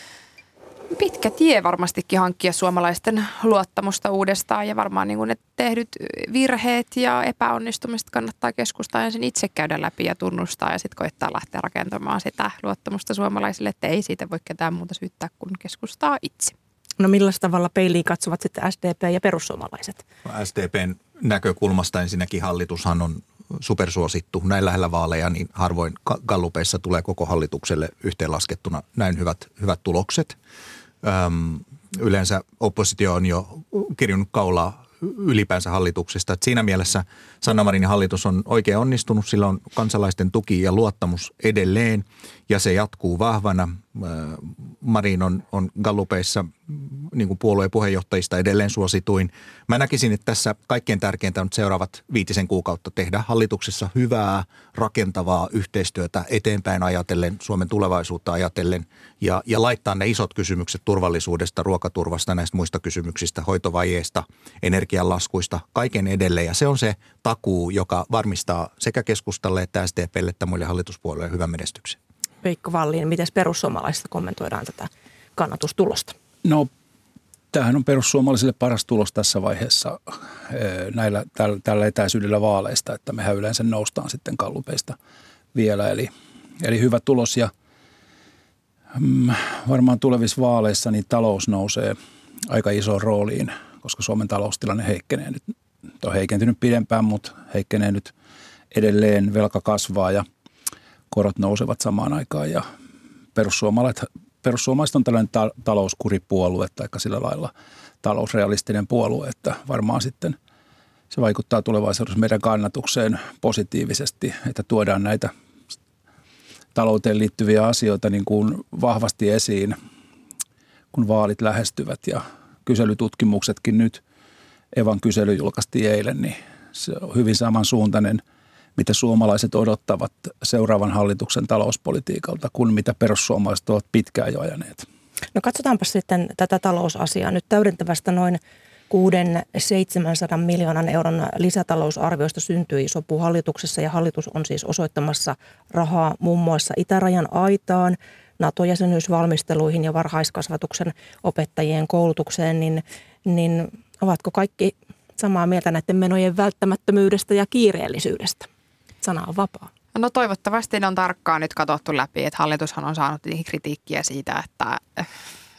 Pitkä tie varmastikin hankkia suomalaisten luottamusta uudestaan ja varmaan niin kuin ne tehdyt virheet ja epäonnistumiset kannattaa keskustaa ensin itse käydä läpi ja tunnustaa ja sitten koittaa lähteä rakentamaan sitä luottamusta suomalaisille, että ei siitä voi ketään muuta syyttää kuin keskustaa itse. No millaista tavalla peiliin katsovat sitten S D P ja perussuomalaiset? S D P:n näkökulmasta ensinnäkin hallitushan on supersuosittu. Näin lähellä vaaleja, niin harvoin gallupeissa tulee koko hallitukselle yhteenlaskettuna näin hyvät, hyvät tulokset. Öm, yleensä oppositio on jo kirjannut kaulaa ylipäänsä hallituksesta. Et siinä mielessä Sanna Marinin hallitus on oikein onnistunut. Sillä on kansalaisten tuki ja luottamus edelleen ja se jatkuu vahvana. Marin on, on gallupeissa niin kuin puolueen puheenjohtajista edelleen suosituin. Mä näkisin, että tässä kaikkein tärkeintä on seuraavat viitisen kuukautta tehdä hallituksessa hyvää, rakentavaa yhteistyötä eteenpäin ajatellen, Suomen tulevaisuutta ajatellen ja, ja laittaa ne isot kysymykset turvallisuudesta, ruokaturvasta, näistä muista kysymyksistä, hoitovajeesta, energianlaskuista, kaiken edelleen. Ja se on se takuu, joka varmistaa sekä keskustalle että S D P:lle että muille hallituspuolueille hyvän menestyksen. Veikko Vallin, miten perussuomalaisista kommentoidaan tätä kannatustulosta? No, tämähän on perussuomalaisille paras tulos tässä vaiheessa näillä, tällä, tällä etäisyydellä vaaleista, että mehän yleensä noustaan sitten gallupeista vielä. Eli, eli hyvä tulos ja mm, varmaan tulevissa vaaleissa niin talous nousee aika isoon rooliin, koska Suomen taloustilanne heikkenee nyt. On heikentynyt pidempään, mutta heikkenee nyt edelleen, velka kasvaa ja korot nousevat samaan aikaan ja perussuomalaiset, perussuomalaiset on tällainen ta- talouskuripuolue tai sillä lailla talousrealistinen puolue, että varmaan sitten se vaikuttaa tulevaisuudessa meidän kannatukseen positiivisesti, että tuodaan näitä talouteen liittyviä asioita niin kuin vahvasti esiin, kun vaalit lähestyvät ja kyselytutkimuksetkin nyt, Evan kysely julkaistiin eilen, niin se on hyvin samansuuntainen, mitä suomalaiset odottavat seuraavan hallituksen talouspolitiikalta, kuin mitä perussuomalaiset ovat pitkään jo ajaneet. No katsotaanpa sitten tätä talousasiaa. Nyt täydentävästä noin kuusi seitsemänsataa miljoonan euron lisätalousarviosta syntyi sopu hallituksessa ja hallitus on siis osoittamassa rahaa muun muassa itärajan aitaan, NATO-jäsenyysvalmisteluihin ja varhaiskasvatuksen opettajien koulutukseen, niin, niin ovatko kaikki samaa mieltä näiden menojen välttämättömyydestä ja kiireellisyydestä? Sana on vapaa. No toivottavasti ne on tarkkaan nyt katsottu läpi, että hallitushan on saanut kritiikkiä siitä, että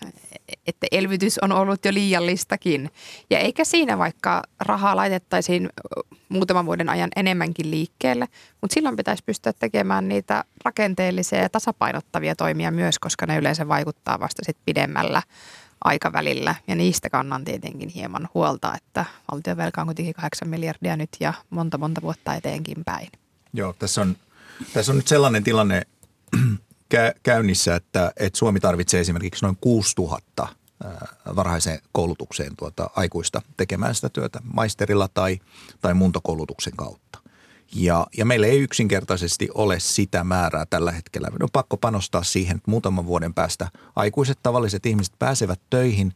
että elvytys on ollut jo liiallistakin. Ja eikä siinä vaikka rahaa laitettaisiin muutaman vuoden ajan enemmänkin liikkeelle, mutta silloin pitäisi pystyä tekemään niitä rakenteellisia ja tasapainottavia toimia myös, koska ne yleensä vaikuttaa vasta sit pidemmällä aikavälillä. Ja niistä kannan tietenkin hieman huolta, että valtionvelka on kuitenkin kahdeksan miljardia nyt ja monta monta vuotta eteenkin päin. Joo, tässä on, tässä on nyt sellainen tilanne käynnissä, että, että Suomi tarvitsee esimerkiksi noin kuusituhatta varhaiseen koulutukseen tuota aikuista tekemään sitä työtä maisterilla tai, tai muuntokoulutuksen kautta. Ja, ja meillä ei yksinkertaisesti ole sitä määrää tällä hetkellä. Meidän on pakko panostaa siihen, että muutaman vuoden päästä aikuiset tavalliset ihmiset pääsevät töihin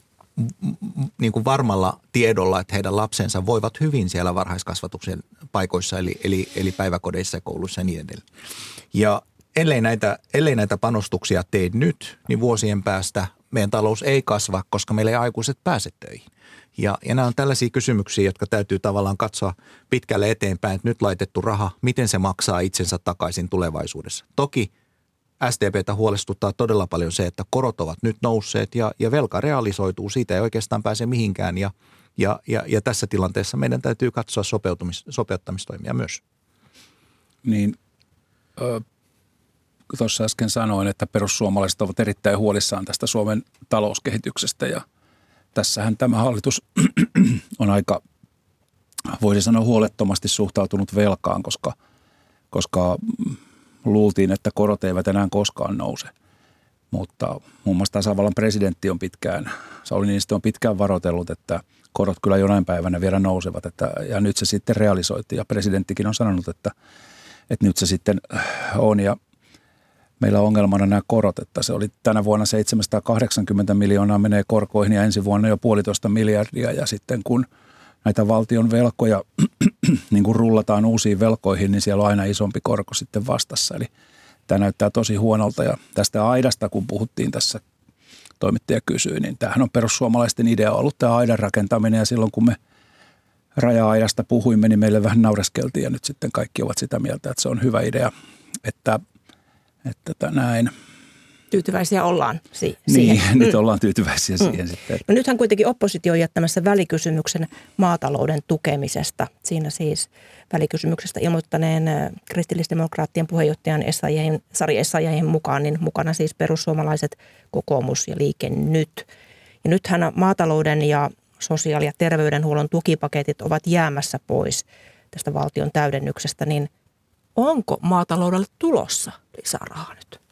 niin kuin varmalla tiedolla, että heidän lapsensa voivat hyvin siellä varhaiskasvatuksen paikoissa, eli, eli, eli päiväkodeissa ja kouluissa ja niin edelleen. Ja ellei näitä, ellei näitä panostuksia tee nyt, niin vuosien päästä meidän talous ei kasva, koska meillä ei aikuiset pääse töihin. Ja, ja nämä on tällaisia kysymyksiä, jotka täytyy tavallaan katsoa pitkälle eteenpäin, että nyt laitettu raha, miten se maksaa itsensä takaisin tulevaisuudessa. Toki S D P:tä huolestuttaa todella paljon se, että korot ovat nyt nousseet ja, ja velka realisoituu, siitä ei oikeastaan pääse mihinkään. Ja, ja, ja, ja tässä tilanteessa meidän täytyy katsoa sopeutumis, sopeuttamistoimia myös. Niin, ö, tuossa äsken sanoin, että perussuomalaiset ovat erittäin huolissaan tästä Suomen talouskehityksestä ja tässähän tämä hallitus on aika, voisi sanoa, huolettomasti suhtautunut velkaan, koska, koska luultiin, että korot eivät enää koskaan nouse. Mutta muun muassa tasavallan presidentti on pitkään, Sauli Niinistö on pitkään varoitellut, että korot kyllä jonain päivänä vielä nousevat. Että, ja nyt se sitten realisoitiin ja presidenttikin on sanonut, että, että nyt se sitten on. Ja meillä on ongelmana nämä korot, että se oli tänä vuonna seitsemänsataakahdeksankymmentä miljoonaa menee korkoihin ja ensi vuonna jo puolitoista miljardia. Ja sitten kun näitä valtion velkoja niin kun rullataan uusiin velkoihin, niin siellä on aina isompi korko sitten vastassa. Eli tämä näyttää tosi huonolta ja tästä aidasta, kun puhuttiin tässä, toimittaja kysyi, niin tämähän on perussuomalaisten idea ollut tämä aidan rakentaminen ja silloin kun me raja-aidasta puhuimme, niin meille vähän naureskeltiin ja nyt sitten kaikki ovat sitä mieltä, että se on hyvä idea, että Että näin. Tyytyväisiä ollaan si- siihen. Niin, nyt ollaan tyytyväisiä mm. siihen sitten. No nythän kuitenkin oppositio on jättämässä välikysymyksen maatalouden tukemisesta. Siinä siis välikysymyksestä ilmoittaneen kristillisdemokraattien puheenjohtajan Essayahin, Sari Essayahin mukaan, niin mukana siis perussuomalaiset, kokoomus ja Liike Nyt. Ja nythän maatalouden ja sosiaali- ja terveydenhuollon tukipaketit ovat jäämässä pois tästä valtion täydennyksestä, niin onko maataloudelle tulossa lisää rahaa nyt?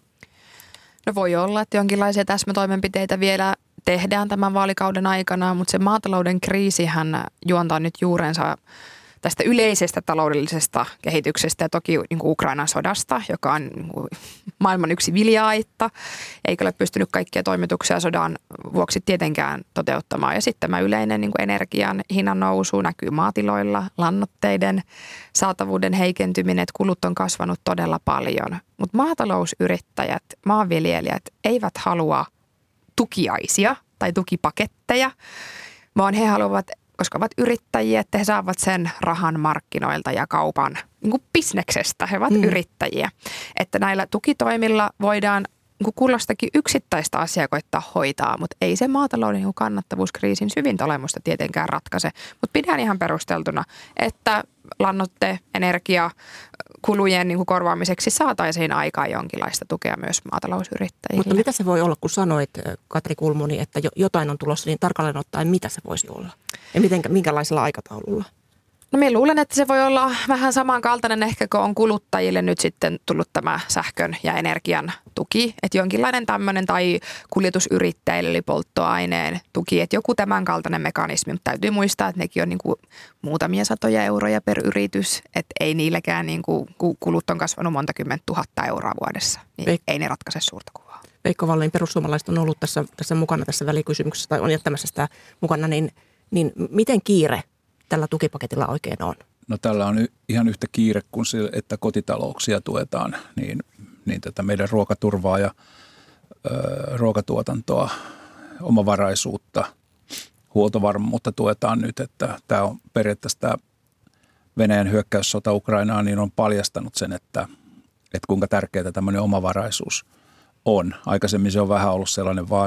No voi olla, että jonkinlaisia täsmätoimenpiteitä vielä tehdään tämän vaalikauden aikana, mutta se maatalouden kriisihän juontaa nyt juurensa tästä yleisestä taloudellisesta kehityksestä ja toki niin kuin Ukrainan sodasta, joka on niin kuin maailman yksi vilja-aitta, eikä ole pystynyt kaikkia toimituksia sodan vuoksi tietenkään toteuttamaan. Ja sitten tämä yleinen niin kuin energian hinnan nousu näkyy maatiloilla, lannoitteiden saatavuuden heikentyminen, että kulut on kasvanut todella paljon. Mutta maatalousyrittäjät, maanviljelijät eivät halua tukiaisia tai tukipaketteja, vaan he haluavat, koska ovat yrittäjiä, että he saavat sen rahan markkinoilta ja kaupan niin kuin bisneksestä. He ovat mm. yrittäjiä. Että näillä tukitoimilla voidaan niin kuin kullastakin yksittäistä asiaa koittaa hoitaa, mutta ei se maatalouden niin kannattavuuskriisin syvintä olemusta tietenkään ratkaise. Mutta pidän ihan perusteltuna, että lannoitte, energia, kulujen niin kuin korvaamiseksi saataisiin aikaan jonkinlaista tukea myös maatalousyrittäjille. Mutta mitä se voi olla, kun sanoit, Katri Kulmuni, että jotain on tulossa, niin tarkalleen ottaen mitä se voisi olla? Ja miten, minkälaisella aikataululla? No minä luulen, että se voi olla vähän samankaltainen ehkä, kun on kuluttajille nyt sitten tullut tämä sähkön ja energian tuki. Että jonkinlainen tämmöinen tai kuljetusyrittäjille eli polttoaineen tuki, että joku tämän kaltainen mekanismi. Mutta täytyy muistaa, että nekin on niin kuin muutamia satoja euroja per yritys. Että ei niilläkään, niin kuin, kun kulut on kasvanut monta kymmentä tuhatta euroa vuodessa, niin Veik- ei ne ratkaise suurta kuvaa. Veikko Vallin, perussuomalaiset on ollut tässä, tässä mukana tässä välikysymyksessä tai on jättämässä sitä mukana, niin, niin miten kiire tällä tukipaketilla oikein on? No tällä on ihan yhtä kiire kuin sille, että kotitalouksia tuetaan, niin, niin tätä meidän ruokaturvaa ja ö, ruokatuotantoa, omavaraisuutta, huoltovarmuutta tuetaan nyt, että tämä on periaatteessa tämä Venäjän hyökkäyssota Ukrainaan, niin on paljastanut sen, että, että kuinka tärkeää tämmöinen omavaraisuus on. Aikaisemmin se on vähän ollut sellainen vaan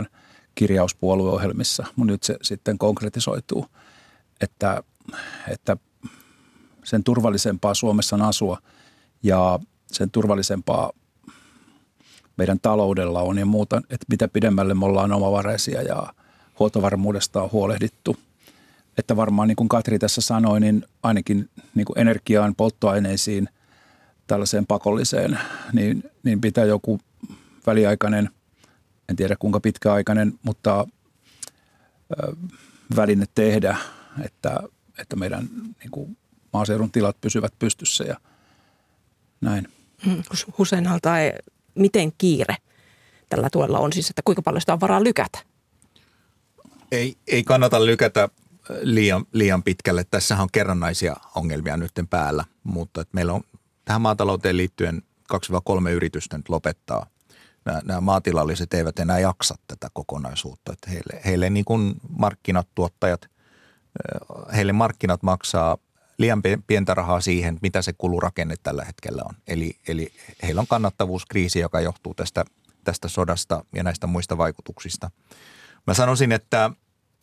kirjaus puolueohjelmissa, mutta nyt se sitten konkretisoituu, että, että sen turvallisempaa Suomessa on asua ja sen turvallisempaa meidän taloudella on ja muuta, että mitä pidemmälle me ollaan omavaraisia ja huoltovarmuudesta on huolehdittu. Että varmaan niin kuin Katri tässä sanoi, niin ainakin niin kuin energiaan, polttoaineisiin, tällaiseen pakolliseen, niin, niin pitää joku väliaikainen, en tiedä kuinka pitkäaikainen, mutta ö, väline tehdä, että, että meidän niin kuin maaseudun tilat pysyvät pystyssä ja näin. Hussein al-Taee, miten kiire tällä tuella on siis, että kuinka paljon sitä on varaa lykätä? Ei, ei kannata lykätä liian, liian pitkälle. Tässähän on kerrannaisia ongelmia nyt päällä, mutta että meillä on tähän maatalouteen liittyen kaksi kolme yritystä nyt lopettaa. Nämä, nämä maatilalliset eivät enää jaksa tätä kokonaisuutta. Että heille, heille niin kuin markkinat, tuottajat, heille markkinat maksaa liian pientä rahaa siihen, mitä se kulurakenne tällä hetkellä on. Eli, eli heillä on kannattavuuskriisi, joka johtuu tästä, tästä sodasta ja näistä muista vaikutuksista. Mä sanoisin, että,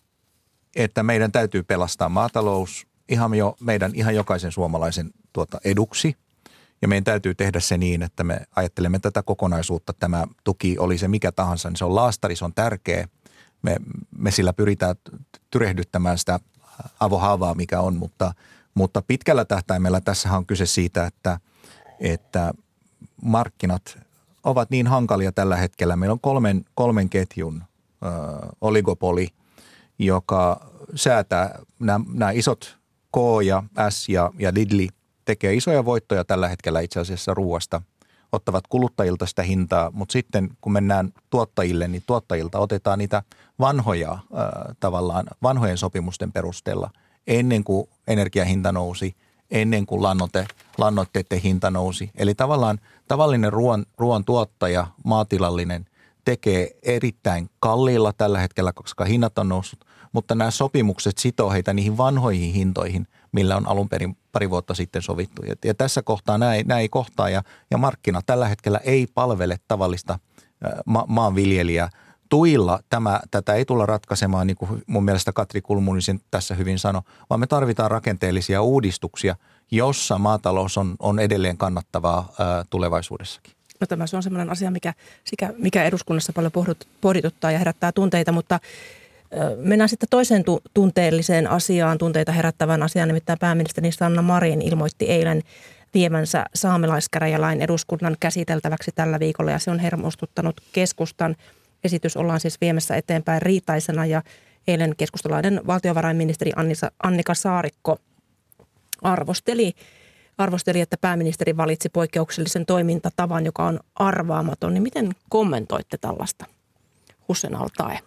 että meidän täytyy pelastaa maatalous ihan jo meidän ihan jokaisen suomalaisen tuota eduksi. Ja meidän täytyy tehdä se niin, että me ajattelemme tätä kokonaisuutta. Tämä tuki oli se mikä tahansa, niin se on laastari, se on tärkeä. Me, me sillä pyritään tyrehdyttämään sitä avohaavaa, mikä on, mutta, mutta pitkällä tähtäimellä tässä on kyse siitä, että, että markkinat ovat niin hankalia tällä hetkellä. Meillä on kolmen, kolmen ketjun ö, oligopoli, joka säätää nämä, nämä isot K ja S ja, ja Lidli tekee isoja voittoja tällä hetkellä itse asiassa ruuasta, ottavat kuluttajilta sitä hintaa, mutta sitten kun mennään tuottajille, niin tuottajilta otetaan niitä vanhoja äh, tavallaan vanhojen sopimusten perusteella ennen kuin energiahinta nousi, ennen kuin lannoite, lannoitteiden hinta nousi. Eli tavallaan tavallinen ruoan, ruoan tuottaja, maatilallinen tekee erittäin kalliilla tällä hetkellä, koska hinnat on noussut, mutta nämä sopimukset sitoo heitä niihin vanhoihin hintoihin, millä on alun perin pari vuotta sitten sovittu. Ja, ja tässä kohtaa nämä ei, nämä ei kohtaa ja, ja markkina tällä hetkellä ei palvele tavallista ma- maanviljelijää. Tuilla tämä, tätä ei tulla ratkaisemaan, niin kuin mun mielestä Katri Kulmunisen tässä hyvin sanoi, vaan me tarvitaan rakenteellisia uudistuksia, jossa maatalous on, on edelleen kannattavaa ää, tulevaisuudessakin. No tämä on sellainen asia, mikä, mikä eduskunnassa paljon pohdituttaa ja herättää tunteita, mutta mennään sitten toiseen tu- tunteelliseen asiaan, tunteita herättävään asiaan, nimittäin pääministeri Sanna Marin ilmoitti eilen viemänsä saamelaiskäräjälain eduskunnan käsiteltäväksi tällä viikolla ja se on hermostuttanut keskustan. Esitys ollaan siis viemässä eteenpäin riitaisena ja eilen keskustalainen valtiovarainministeri Annika Saarikko arvosteli, arvosteli, että pääministeri valitsi poikkeuksellisen toimintatavan, joka on arvaamaton. Niin miten kommentoitte tällaista, Hussein al-Taee?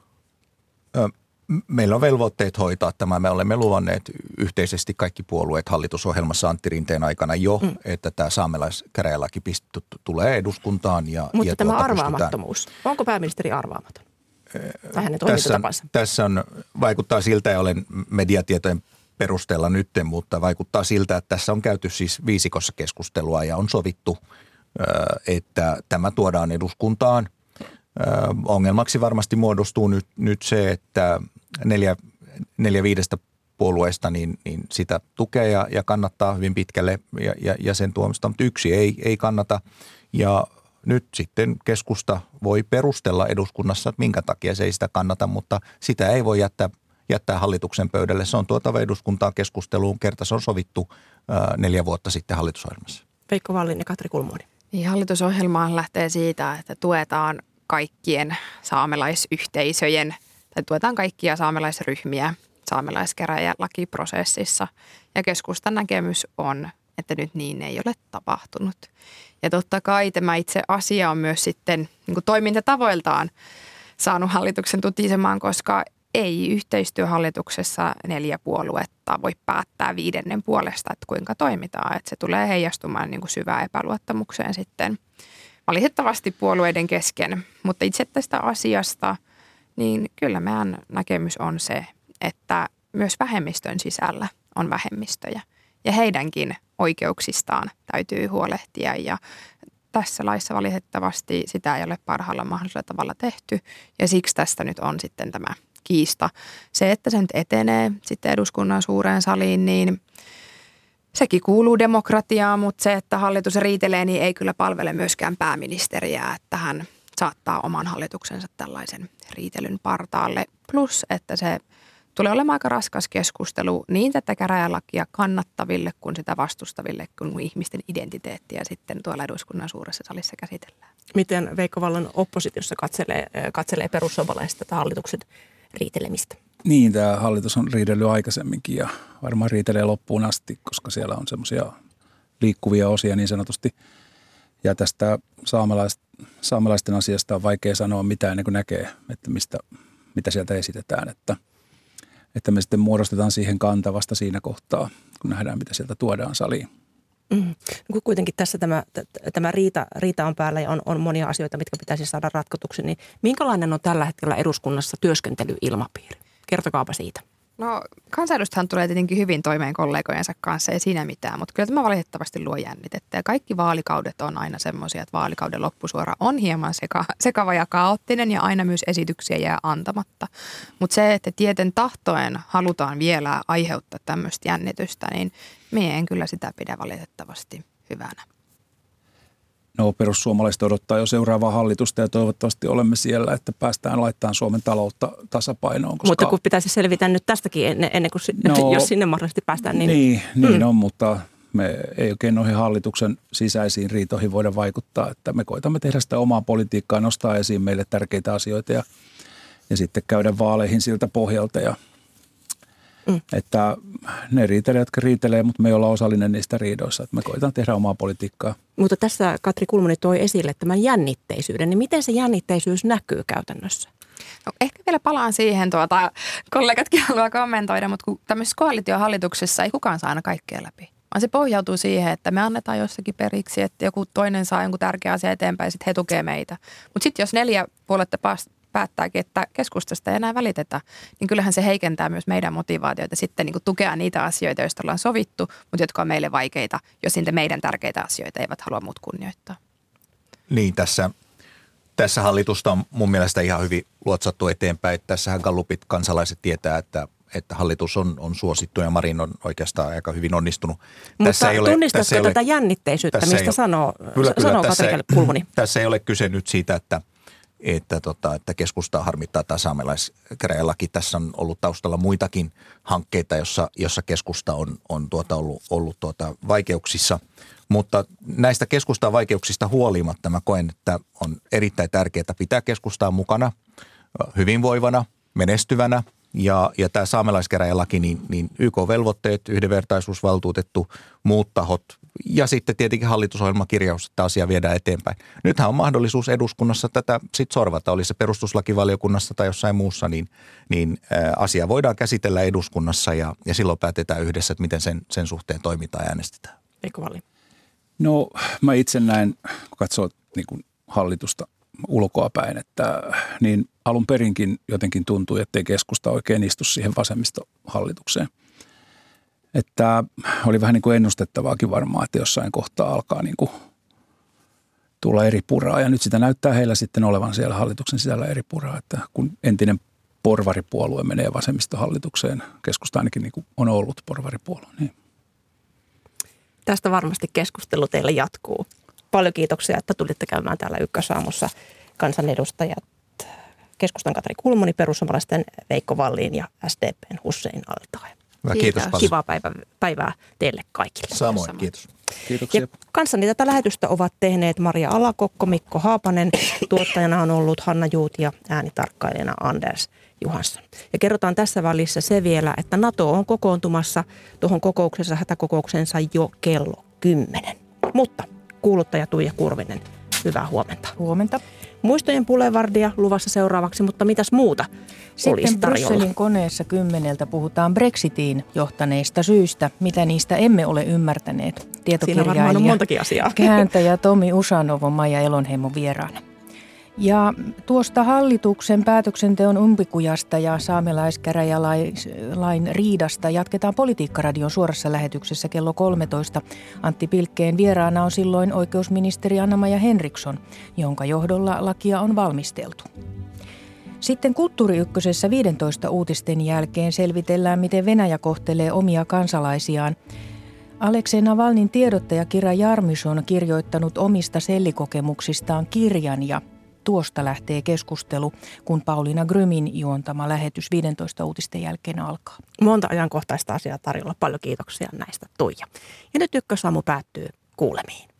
Meillä on velvoitteet hoitaa tämä. Me olemme luvanneet yhteisesti kaikki puolueet hallitusohjelmassa Antti Rinteen aikana jo, mm. että tämä saamelaiskäräjälaki tulee eduskuntaan. Ja, Mutta ja tämä tuota arvaamattomuus, pystytään... onko pääministeri arvaamaton? Tai hänen toimintatapansa? Tässä on, vaikuttaa siltä, ja olen mediatietojen perusteella nyt, mutta vaikuttaa siltä, että tässä on käyty siis viisikossa keskustelua ja on sovittu, että tämä tuodaan eduskuntaan. Ongelmaksi varmasti muodostuu nyt, nyt se, että neljä, neljä viidestä puolueesta niin, niin sitä tukee ja, ja kannattaa hyvin pitkälle ja, ja, ja sen tuomista, mutta yksi ei, ei kannata. Ja nyt sitten keskusta voi perustella eduskunnassa, että minkä takia se ei sitä kannata, mutta sitä ei voi jättää, jättää hallituksen pöydälle. Se on tuotava eduskuntaan keskusteluun. Kerta se on sovittu ää, neljä vuotta sitten hallitusohjelmassa. Veikko Vallin ja Katri Kulmuni. Niin, hallitusohjelmaan lähtee siitä, että tuetaan kaikkien saamelaisyhteisöjen tai tuetaan kaikkia saamelaisryhmiä saamelaiskäräjälakiprosessissa. Ja keskustan näkemys on, että nyt niin ei ole tapahtunut. Ja totta kai tämä itse asia on myös sitten niin kuin toimintatavoiltaan saanut hallituksen tutisemaan, koska ei yhteistyöhallituksessa neljä puoluetta voi päättää viidennen puolesta, että kuinka toimitaan. Että se tulee heijastumaan niin kuin syvään epäluottamukseen sitten valitettavasti puolueiden kesken. Mutta itse tästä asiasta, niin kyllä meidän näkemys on se, että myös vähemmistön sisällä on vähemmistöjä. Ja heidänkin oikeuksistaan täytyy huolehtia ja tässä laissa valitettavasti sitä ei ole parhaalla mahdollisella tavalla tehty ja siksi tästä nyt on sitten tämä kiista. Se, että se nyt etenee sitten eduskunnan suureen saliin, niin sekin kuuluu demokratiaan, mutta se, että hallitus riitelee, niin ei kyllä palvele myöskään pääministeriä, että hän saattaa oman hallituksensa tällaisen riitelyn partaalle. Plus, että se tulee olemaan aika raskas keskustelu niin tätä käräjälakia kannattaville kuin sitä vastustaville, kun ihmisten identiteettiä sitten tuolla eduskunnan suuressa salissa käsitellään. Miten Veikko Vallan oppositiossa katselee, katselee perussuomalaiset tätä hallituksen riitelemistä? Niin, tämä hallitus on riidellyt aikaisemminkin ja varmaan riitelee loppuun asti, koska siellä on semmoisia liikkuvia osia niin sanotusti. Ja tästä saamelaist- saamelaisten asiasta on vaikea sanoa mitään ennen kuin näkee, että mistä, mitä sieltä esitetään. Että, että me sitten muodostetaan siihen kanta vasta siinä kohtaa, kun nähdään, mitä sieltä tuodaan saliin. Mm. Kuitenkin tässä tämä, tämä riita, riita on päällä ja on, on monia asioita, mitkä pitäisi saada ratkotuksi. Niin minkälainen on tällä hetkellä eduskunnassa työskentelyilmapiiri? Kertokaapa siitä. No kansanedustajan tulee tietenkin hyvin toimeen kollegojensa kanssa, ei siinä mitään, mutta kyllä tämä valitettavasti luo jännitettä. Ja kaikki vaalikaudet on aina semmoisia, että vaalikauden loppusuora on hieman seka, sekava ja kaoottinen ja aina myös esityksiä jää antamatta. Mutta se, että tieten tahtoen halutaan vielä aiheuttaa tämmöistä jännitystä, niin me en kyllä sitä pidä valitettavasti hyvänä. No perussuomalaiset odottaa jo seuraavaa hallitusta ja toivottavasti olemme siellä, että päästään laittamaan Suomen taloutta tasapainoon. Koska mutta kun pitäisi selvitä nyt tästäkin ennen, ennen kuin no, jos sinne mahdollisesti päästään. Niin, niin, niin mm. on, mutta me ei oikein noihin hallituksen sisäisiin riitoihin voida vaikuttaa. Että me koitamme tehdä sitä omaa politiikkaa, nostaa esiin meille tärkeitä asioita ja, ja sitten käydä vaaleihin siltä pohjalta ja Mm. Että ne riitelee, jotka riitelee, mutta me ei olla osallinen niistä riidoissa. Että me koetaan tehdä omaa politiikkaa. Mutta tässä Katri Kulmuni toi esille tämän jännitteisyyden. Niin miten se jännitteisyys näkyy käytännössä? No, ehkä vielä palaan siihen, tuota, kollegatkin haluaa kommentoida, mutta kun tämmöisessä koalitiohallituksessa ei kukaan saa aina kaikkea läpi. Vaan se pohjautuu siihen, että me annetaan jossakin periksi, että joku toinen saa jonkun tärkeä asia eteenpäin ja sitten he tukee meitä. Mutta sitten jos neljä puoletta päättääkin, että keskustasta ei enää välitetä, niin kyllähän se heikentää myös meidän motivaatioita sitten niin kuin tukea niitä asioita, joista ollaan sovittu, mutta jotka on meille vaikeita, jos niitä meidän tärkeitä asioita eivät halua muut kunnioittaa. Niin, tässä, tässä hallitusta on mun mielestä ihan hyvin luotsattu eteenpäin. Tässähän gallupit kansalaiset tietää, että että hallitus on, on suosittu ja Marin on oikeastaan aika hyvin onnistunut. Mutta tässä ei ole, tunnistatko tässä tätä ole, jännitteisyyttä, mistä ole, sanoo, kyllä, kyllä, sanoo Katri Kulmuni? Tässä ei ole kyse nyt siitä, että Että, tota, että keskustaa harmittaa tämä saamelaiskäräjälaki. Tässä on ollut taustalla muitakin hankkeita, jossa, jossa keskusta on, on tuota ollut, ollut tuota vaikeuksissa. Mutta näistä keskustan vaikeuksista huolimatta mä koen, että on erittäin tärkeää pitää keskustaa mukana hyvinvoivana, menestyvänä. Ja, ja tämä saamelaiskäräjälaki, niin, niin Y K-velvoitteet, yhdenvertaisuusvaltuutettu, muut tahot ja sitten tietenkin hallitusohjelmakirjaus, että asia viedään eteenpäin. Nythän on mahdollisuus eduskunnassa tätä sitten sorvata, oli se perustuslakivaliokunnassa tai jossain muussa, niin, niin ä, asia voidaan käsitellä eduskunnassa ja, ja silloin päätetään yhdessä, että miten sen, sen suhteen toimitaan ja äänestetään. Eikö Valli? No mä itse näen, kun katsoo niin kuin hallitusta ulkoapäin, että niin alun perinkin jotenkin tuntui, ettei keskusta oikein istu siihen vasemmistohallitukseen. Että oli vähän niin kuin ennustettavaakin varmaan, että jossain kohtaa alkaa niin kuin tulla eri puraa. Ja nyt sitä näyttää heillä sitten olevan siellä hallituksen sisällä eri puraa, että kun entinen porvaripuolue menee vasemmistohallitukseen, keskusta ainakin niin kuin on ollut porvaripuolue. Niin. Tästä varmasti keskustelu teille jatkuu. Paljon kiitoksia, että tulitte käymään täällä Ykkösaamussa, kansanedustajat keskustan Katri Kulmuni, perussuomalaisten Veikko Vallin ja S D P:n Hussein al-Taee. Kiitos paljon. Kivaa päivä, päivää teille kaikille. Samoin, Samoin. Kiitos. Kiitoksia. Ja kanssani tätä lähetystä ovat tehneet Maria Alakokko, Mikko Haapanen, tuottajana on ollut Hanna Juuti ja äänitarkkailijana Anders Johansson. Ja kerrotaan tässä välissä se vielä, että NATO on kokoontumassa tuohon kokouksensa, hätäkokouksensa jo kello kymmenen. Mutta kuuluttaja Tuija Kurvinen, hyvää huomenta. Huomenta. Muistojen Boulevardia luvassa seuraavaksi, mutta mitäs muuta olisi tarjolla? Sitten Brysselin koneessa kymmeneltä puhutaan Brexitiin johtaneista syistä, mitä niistä emme ole ymmärtäneet. Tietokirjailija, siinä varmaan on montakin asiaa. Kääntäjä Tomi Usanov on Maija Elonheimon vieraana. Ja tuosta hallituksen päätöksenteon umpikujasta ja saamelaiskäräjälain riidasta jatketaan Politiikkaradion suorassa lähetyksessä kello kolmetoista. Antti Pilkkeen vieraana on silloin oikeusministeri Anna-Maja Henriksson, jonka johdolla lakia on valmisteltu. Sitten Kulttuuri Ykkösessä viidentoista uutisten jälkeen selvitellään, miten Venäjä kohtelee omia kansalaisiaan. Aleksei Navalnin tiedottaja Kira Jarmys on kirjoittanut omista sellikokemuksistaan kirjan ja tuosta lähtee keskustelu, kun Pauliina Grymin juontama lähetys viidentoista uutisten jälkeen alkaa. Monta ajankohtaista asiaa tarjolla. Paljon kiitoksia näistä, Tuija. Ja nyt Ykkösaamu päättyy kuulemiin.